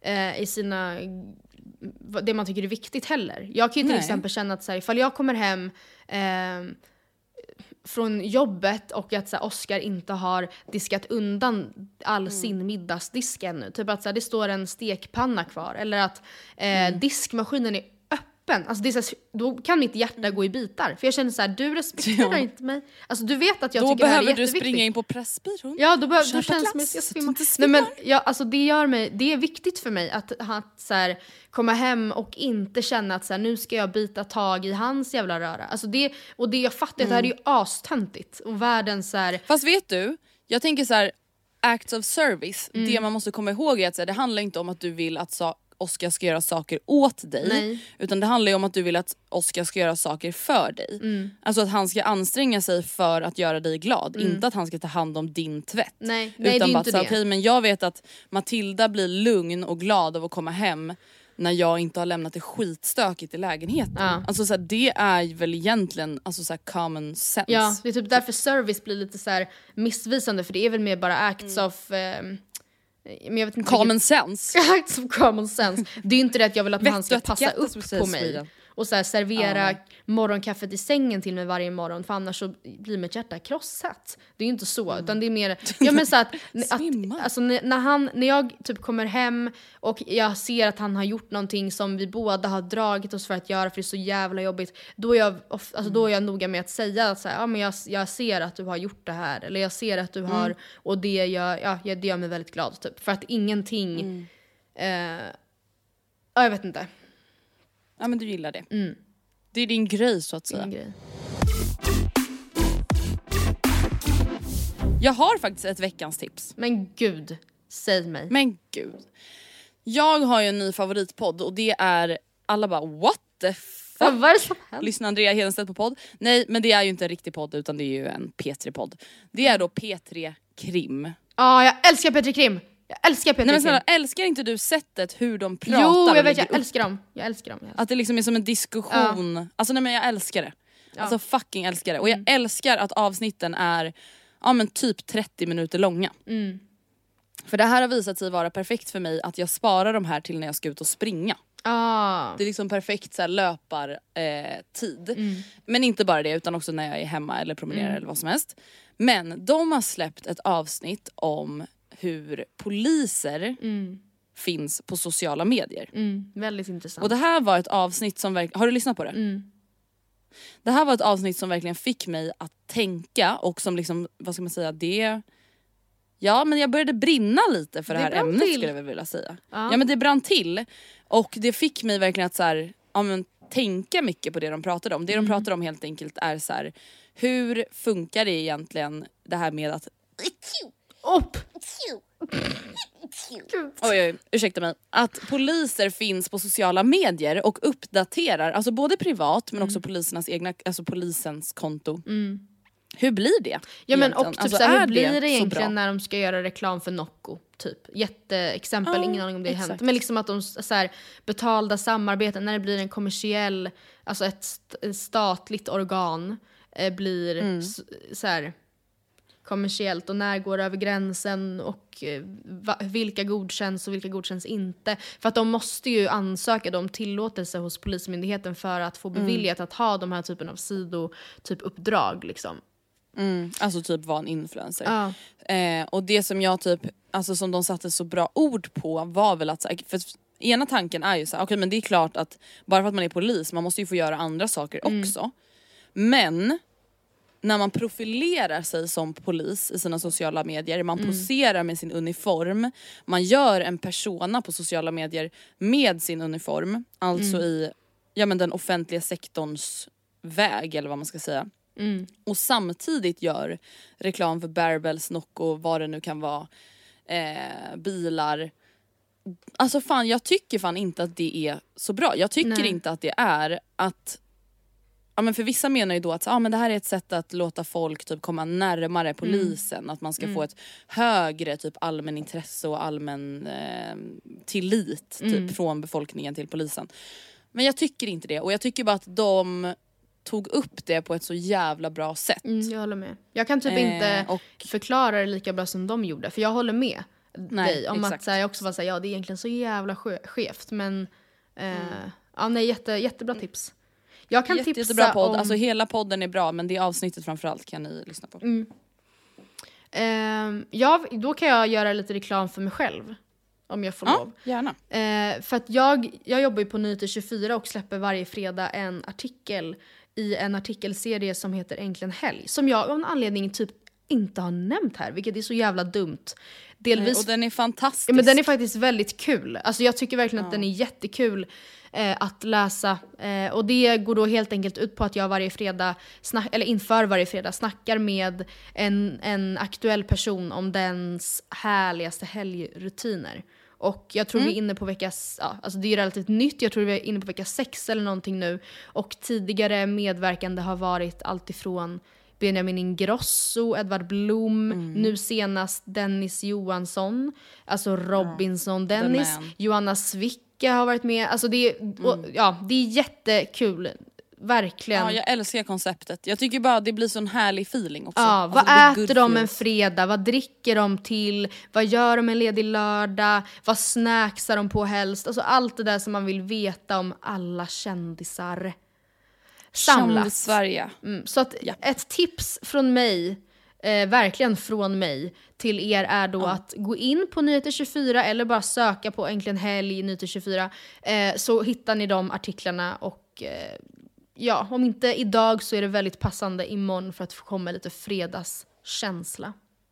det man tycker är viktigt heller. Jag kan ju till exempel känna att så här, ifall jag kommer hem från jobbet och att så här, Oscar inte har diskat undan all sin middagsdisk ännu. Typ att så här, det står en stekpanna kvar. Eller att diskmaskinen är öppen. Alltså, det är så här, då kan mitt hjärta gå i bitar. För jag känner så här, du respekterar inte mig. Alltså, du vet att jag då tycker det här är jätteviktigt. Då behöver du springa in på Pressbyrån. Ja, då känns det som jag ska svimma. Alltså, det är viktigt för mig att så här, komma hem och inte känna att så här, nu ska jag bita tag i hans jävla röra. Alltså, det jag fattar att det här är ju astöntigt. Och världen så här. Fast vet du, jag tänker så här, acts of service. Det man måste komma ihåg är att så här, det handlar inte om att du vill att Oscar ska göra saker åt dig. Nej. Utan det handlar ju om att du vill att Oscar ska göra saker för dig. Alltså att han ska anstränga sig för att göra dig glad. Inte att han ska ta hand om din tvätt. Nej, utan det är bara inte så, det. okej, men jag vet att Matilda blir lugn och glad av att komma hem när jag inte har lämnat det skitstökigt i lägenheten. Alltså så här, det är väl egentligen alltså så här, common sense. Ja, det är typ därför service blir lite så här missvisande. För det är väl mer bara acts of men jag vet inte common sense. Acts of common sense. Det är inte det att jag vill att han ska passa upp på mig och så här, servera morgonkaffet i sängen till mig varje morgon, för annars så blir mitt hjärta krossat. Det är ju inte så, utan det är mer men så att alltså, när jag typ kommer hem och jag ser att han har gjort någonting som vi båda har dragit oss för att göra, för det är så jävla jobbigt, då är jag noga med att säga att så här, men jag ser att du har gjort det här, eller jag ser att du har, och det gör mig väldigt glad typ, för att ingenting jag vet inte. Ja, men du gillar det. Det är din grej så att säga. Jag har faktiskt ett veckans tips. Men gud, säg mig. Men gud. Jag har ju en ny favoritpodd och det är, alla bara what the fuck? Vad är det som händer? Lyssnar Andrea Hedenstedt på podd? Nej, men det är ju inte en riktig podd utan det är ju en P3-podd. Det är då P3 Krim. Jag älskar P3 Krim. Jag älskar P3 Krim. Nej, men snälla, älskar inte du sättet hur de pratar? Jo, jag vet, jag älskar dem. Att det liksom är som en diskussion. Alltså nej, men jag älskar det. Alltså fucking älskar det. Och jag älskar att avsnitten är men typ 30 minuter långa. För det här har visat sig vara perfekt för mig, att jag sparar de här till när jag ska ut och springa. Det är liksom perfekt så här, löpartid. Men inte bara det, utan också när jag är hemma eller promenerar eller vad som helst. Men de har släppt ett avsnitt om hur poliser finns på sociala medier. Väldigt intressant. Och det här var ett avsnitt som har du lyssnat på det? Det här var ett avsnitt som verkligen fick mig att tänka, och som liksom, vad ska man säga, det... Ja, men jag började brinna lite för det här ämnet till. Skulle jag väl vilja säga. Ja, men det brann till. Och det fick mig verkligen att så här, tänka mycket på det de pratade om. Det de pratade om helt enkelt är så här, hur funkar det egentligen, det här med att... Oj, ursäkta mig. Att poliser finns på sociala medier och uppdaterar, alltså både privat men också polisernas egna, alltså polisens konto. Hur blir det? Ja, men och typ alltså, så hur blir det egentligen när de ska göra reklam för Nocco typ? Jätteexempel, ingen aning om det har hänt. Men liksom att de så här, betalda samarbeten, när det blir en kommersiell, alltså ett statligt organ blir så här, kommersiellt och när går över gränsen och vilka godkänns och vilka godkänns inte. För att de måste ju ansöka om tillåtelse hos Polismyndigheten för att få beviljat att ha de här typen av uppdrag liksom. Alltså typ vara en influencer. Och det som jag typ, alltså som de satte så bra ord på var väl att, för ena tanken är ju så här, okej, men det är klart att bara för att man är polis, man måste ju få göra andra saker också. Men när man profilerar sig som polis i sina sociala medier, man poserar med sin uniform, man gör en persona på sociala medier med sin uniform, alltså i den offentliga sektorns väg eller vad man ska säga. Och samtidigt gör reklam för Bearbells, Nocco, vad det nu kan vara, bilar. Alltså fan, jag tycker fan inte att det är så bra. Jag tycker inte att det är att, ja men för vissa menar ju då att men det här är ett sätt att låta folk typ komma närmare polisen, att man ska få ett högre typ allmän intresse och allmän tillit typ från befolkningen till polisen. Men jag tycker inte det, och jag tycker bara att de tog upp det på ett så jävla bra sätt. Jag håller med. Jag kan typ inte förklara det lika bra som de gjorde, för jag håller med dig om exakt. Att jag också var så här, ja det är egentligen så jävla skevt, men jättebra tips. Jag kan tipsa jättebra podd. om... Alltså hela podden är bra, men det avsnittet framförallt kan ni lyssna på. Då kan jag göra lite reklam för mig själv. Om jag får lov. Gärna. För att jag jobbar ju på Nyheter 24 och släpper varje fredag en artikel i en artikelserie som heter Äntligen helg. Som jag av en anledning typ inte har nämnt här, vilket är så jävla dumt. Delvis, och den är fantastisk. Ja, men den är faktiskt väldigt kul. Alltså jag tycker verkligen att den är jättekul att läsa. Och det går då helt enkelt ut på att jag varje fredag inför varje fredag snackar med en aktuell person om dens härligaste helgrutiner. Och jag tror vi är inne på veckas, alltså det är relativt nytt, jag tror vi är inne på vecka 6 eller någonting nu. Och tidigare medverkande har varit allt ifrån Benjamin Ingrosso, Edvard Blom, nu senast Dennis Johansson, alltså Robinson Dennis, Johanna Svicka har varit med. Alltså det är jättekul. Verkligen. Ja, jag älskar konceptet. Jag tycker bara det blir sån härlig feeling också. Ja, alltså, vad äter de en fredag? Vad dricker de till? Vad gör de en ledig lördag? Vad snacksar de på helst? Alltså allt det där som man vill veta om alla kändisar samlas. Sverige. Så att ett tips från mig, verkligen från mig till er är då att gå in på Nyheter 24 eller bara söka på Äntligen helg Nyheter 24, så hittar ni de artiklarna. Och om inte idag så är det väldigt passande imorgon för att få komma lite fredagskänsla.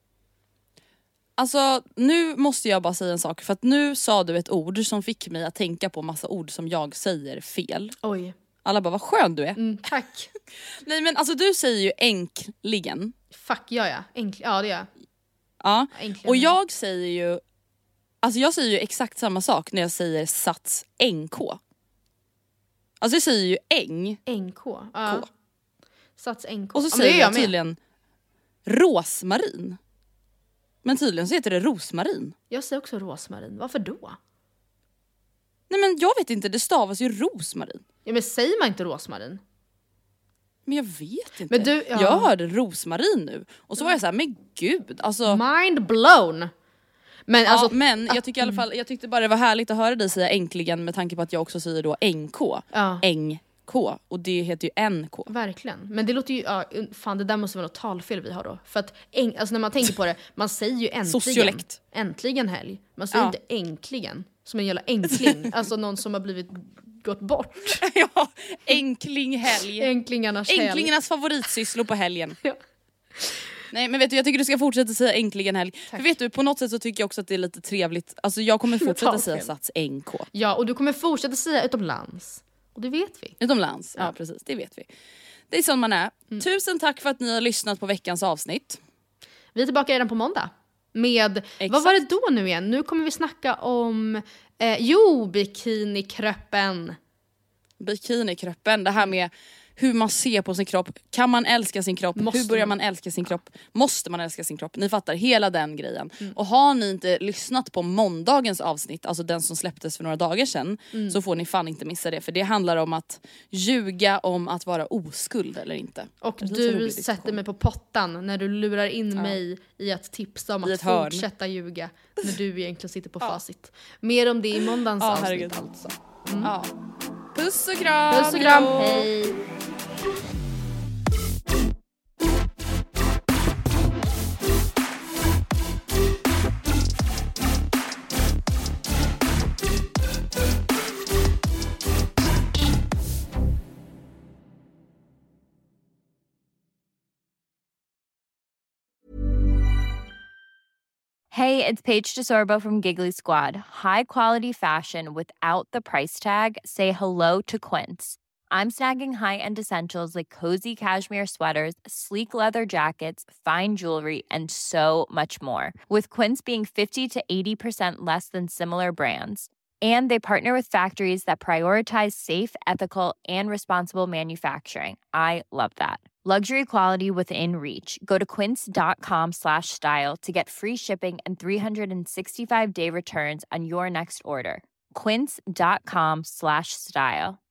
Alltså nu måste jag bara säga en sak, för att nu sa du ett ord som fick mig att tänka på massa ord som jag säger fel. Oj. Alla bara, vad skön du är. Tack. Nej men alltså du säger ju äntligen. Fuck, gör jag? Ja, det gör jag. Ja, Äntligen. och jag säger ju exakt samma sak när jag säger sats NK. Alltså jag säger ju NK. Ja. K. Sats NK. Och så säger jag tydligen rosmarin. Men tydligen så heter det rosmarin. Jag säger också rosmarin. Varför då? Nej men jag vet inte, det stavas ju rosmarin. Ja men säger man inte rosmarin? Men jag vet inte. Men du, jag hörde rosmarin nu. Och så var jag så här, men gud. Alltså... Mind blown. Men, alltså, men jag tycker i alla fall, jag tyckte bara det var härligt att höra dig säga äntligen, med tanke på att jag också säger då NK. NK. Och det heter ju NK. Verkligen. Men det låter ju, fan det där måste vara något talfel vi har då. För att, alltså när man tänker på det, man säger ju äntligen. Sociolekt. Äntligen helg. Man säger inte äntligen. Som en jävla änkling. Alltså någon som har gått bort. Ja, änklinghelg. Änklingarnas helg. Änklingarnas favoritsysslor på helgen. Ja. Nej men vet du, jag tycker du ska fortsätta säga äntligen helg. Tack. För vet du, på något sätt så tycker jag också att det är lite trevligt. Alltså jag kommer fortsätta säga sats NK. Ja, och du kommer fortsätta säga utomlands. Och det vet vi. Utomlands, ja precis, det vet vi. Det är som man är. Tusen tack för att ni har lyssnat på veckans avsnitt. Vi är tillbaka redan på måndag. Med, vad var det då nu igen? Nu kommer vi snacka om, bikinikroppen. Bikinikroppen, det här med hur man ser på sin kropp. Kan man älska sin kropp? Hur börjar man älska sin kropp? Måste man älska sin kropp? Ni fattar hela den grejen. Och har ni inte lyssnat på måndagens avsnitt, alltså den som släpptes för några dagar sedan, så får ni fan inte missa det. För det handlar om att ljuga om att vara oskuld eller inte. Och du sätter mig på pottan när du lurar in mig i att tipsa om att fortsätta ljuga när du egentligen sitter på facit. Mer om det i måndagens avsnitt alltså. Ja. Puss och kram! Puss och kram, hej! Hey, it's Paige DeSorbo from Giggly Squad. High quality fashion without the price tag. Say hello to Quince. I'm snagging high-end essentials like cozy cashmere sweaters, sleek leather jackets, fine jewelry, and so much more. With Quince being 50 to 80% less than similar brands. And they partner with factories that prioritize safe, ethical, and responsible manufacturing. I love that. Luxury quality within reach. Go to quince.com/style to get free shipping and 365-day returns on your next order. Quince.com/style.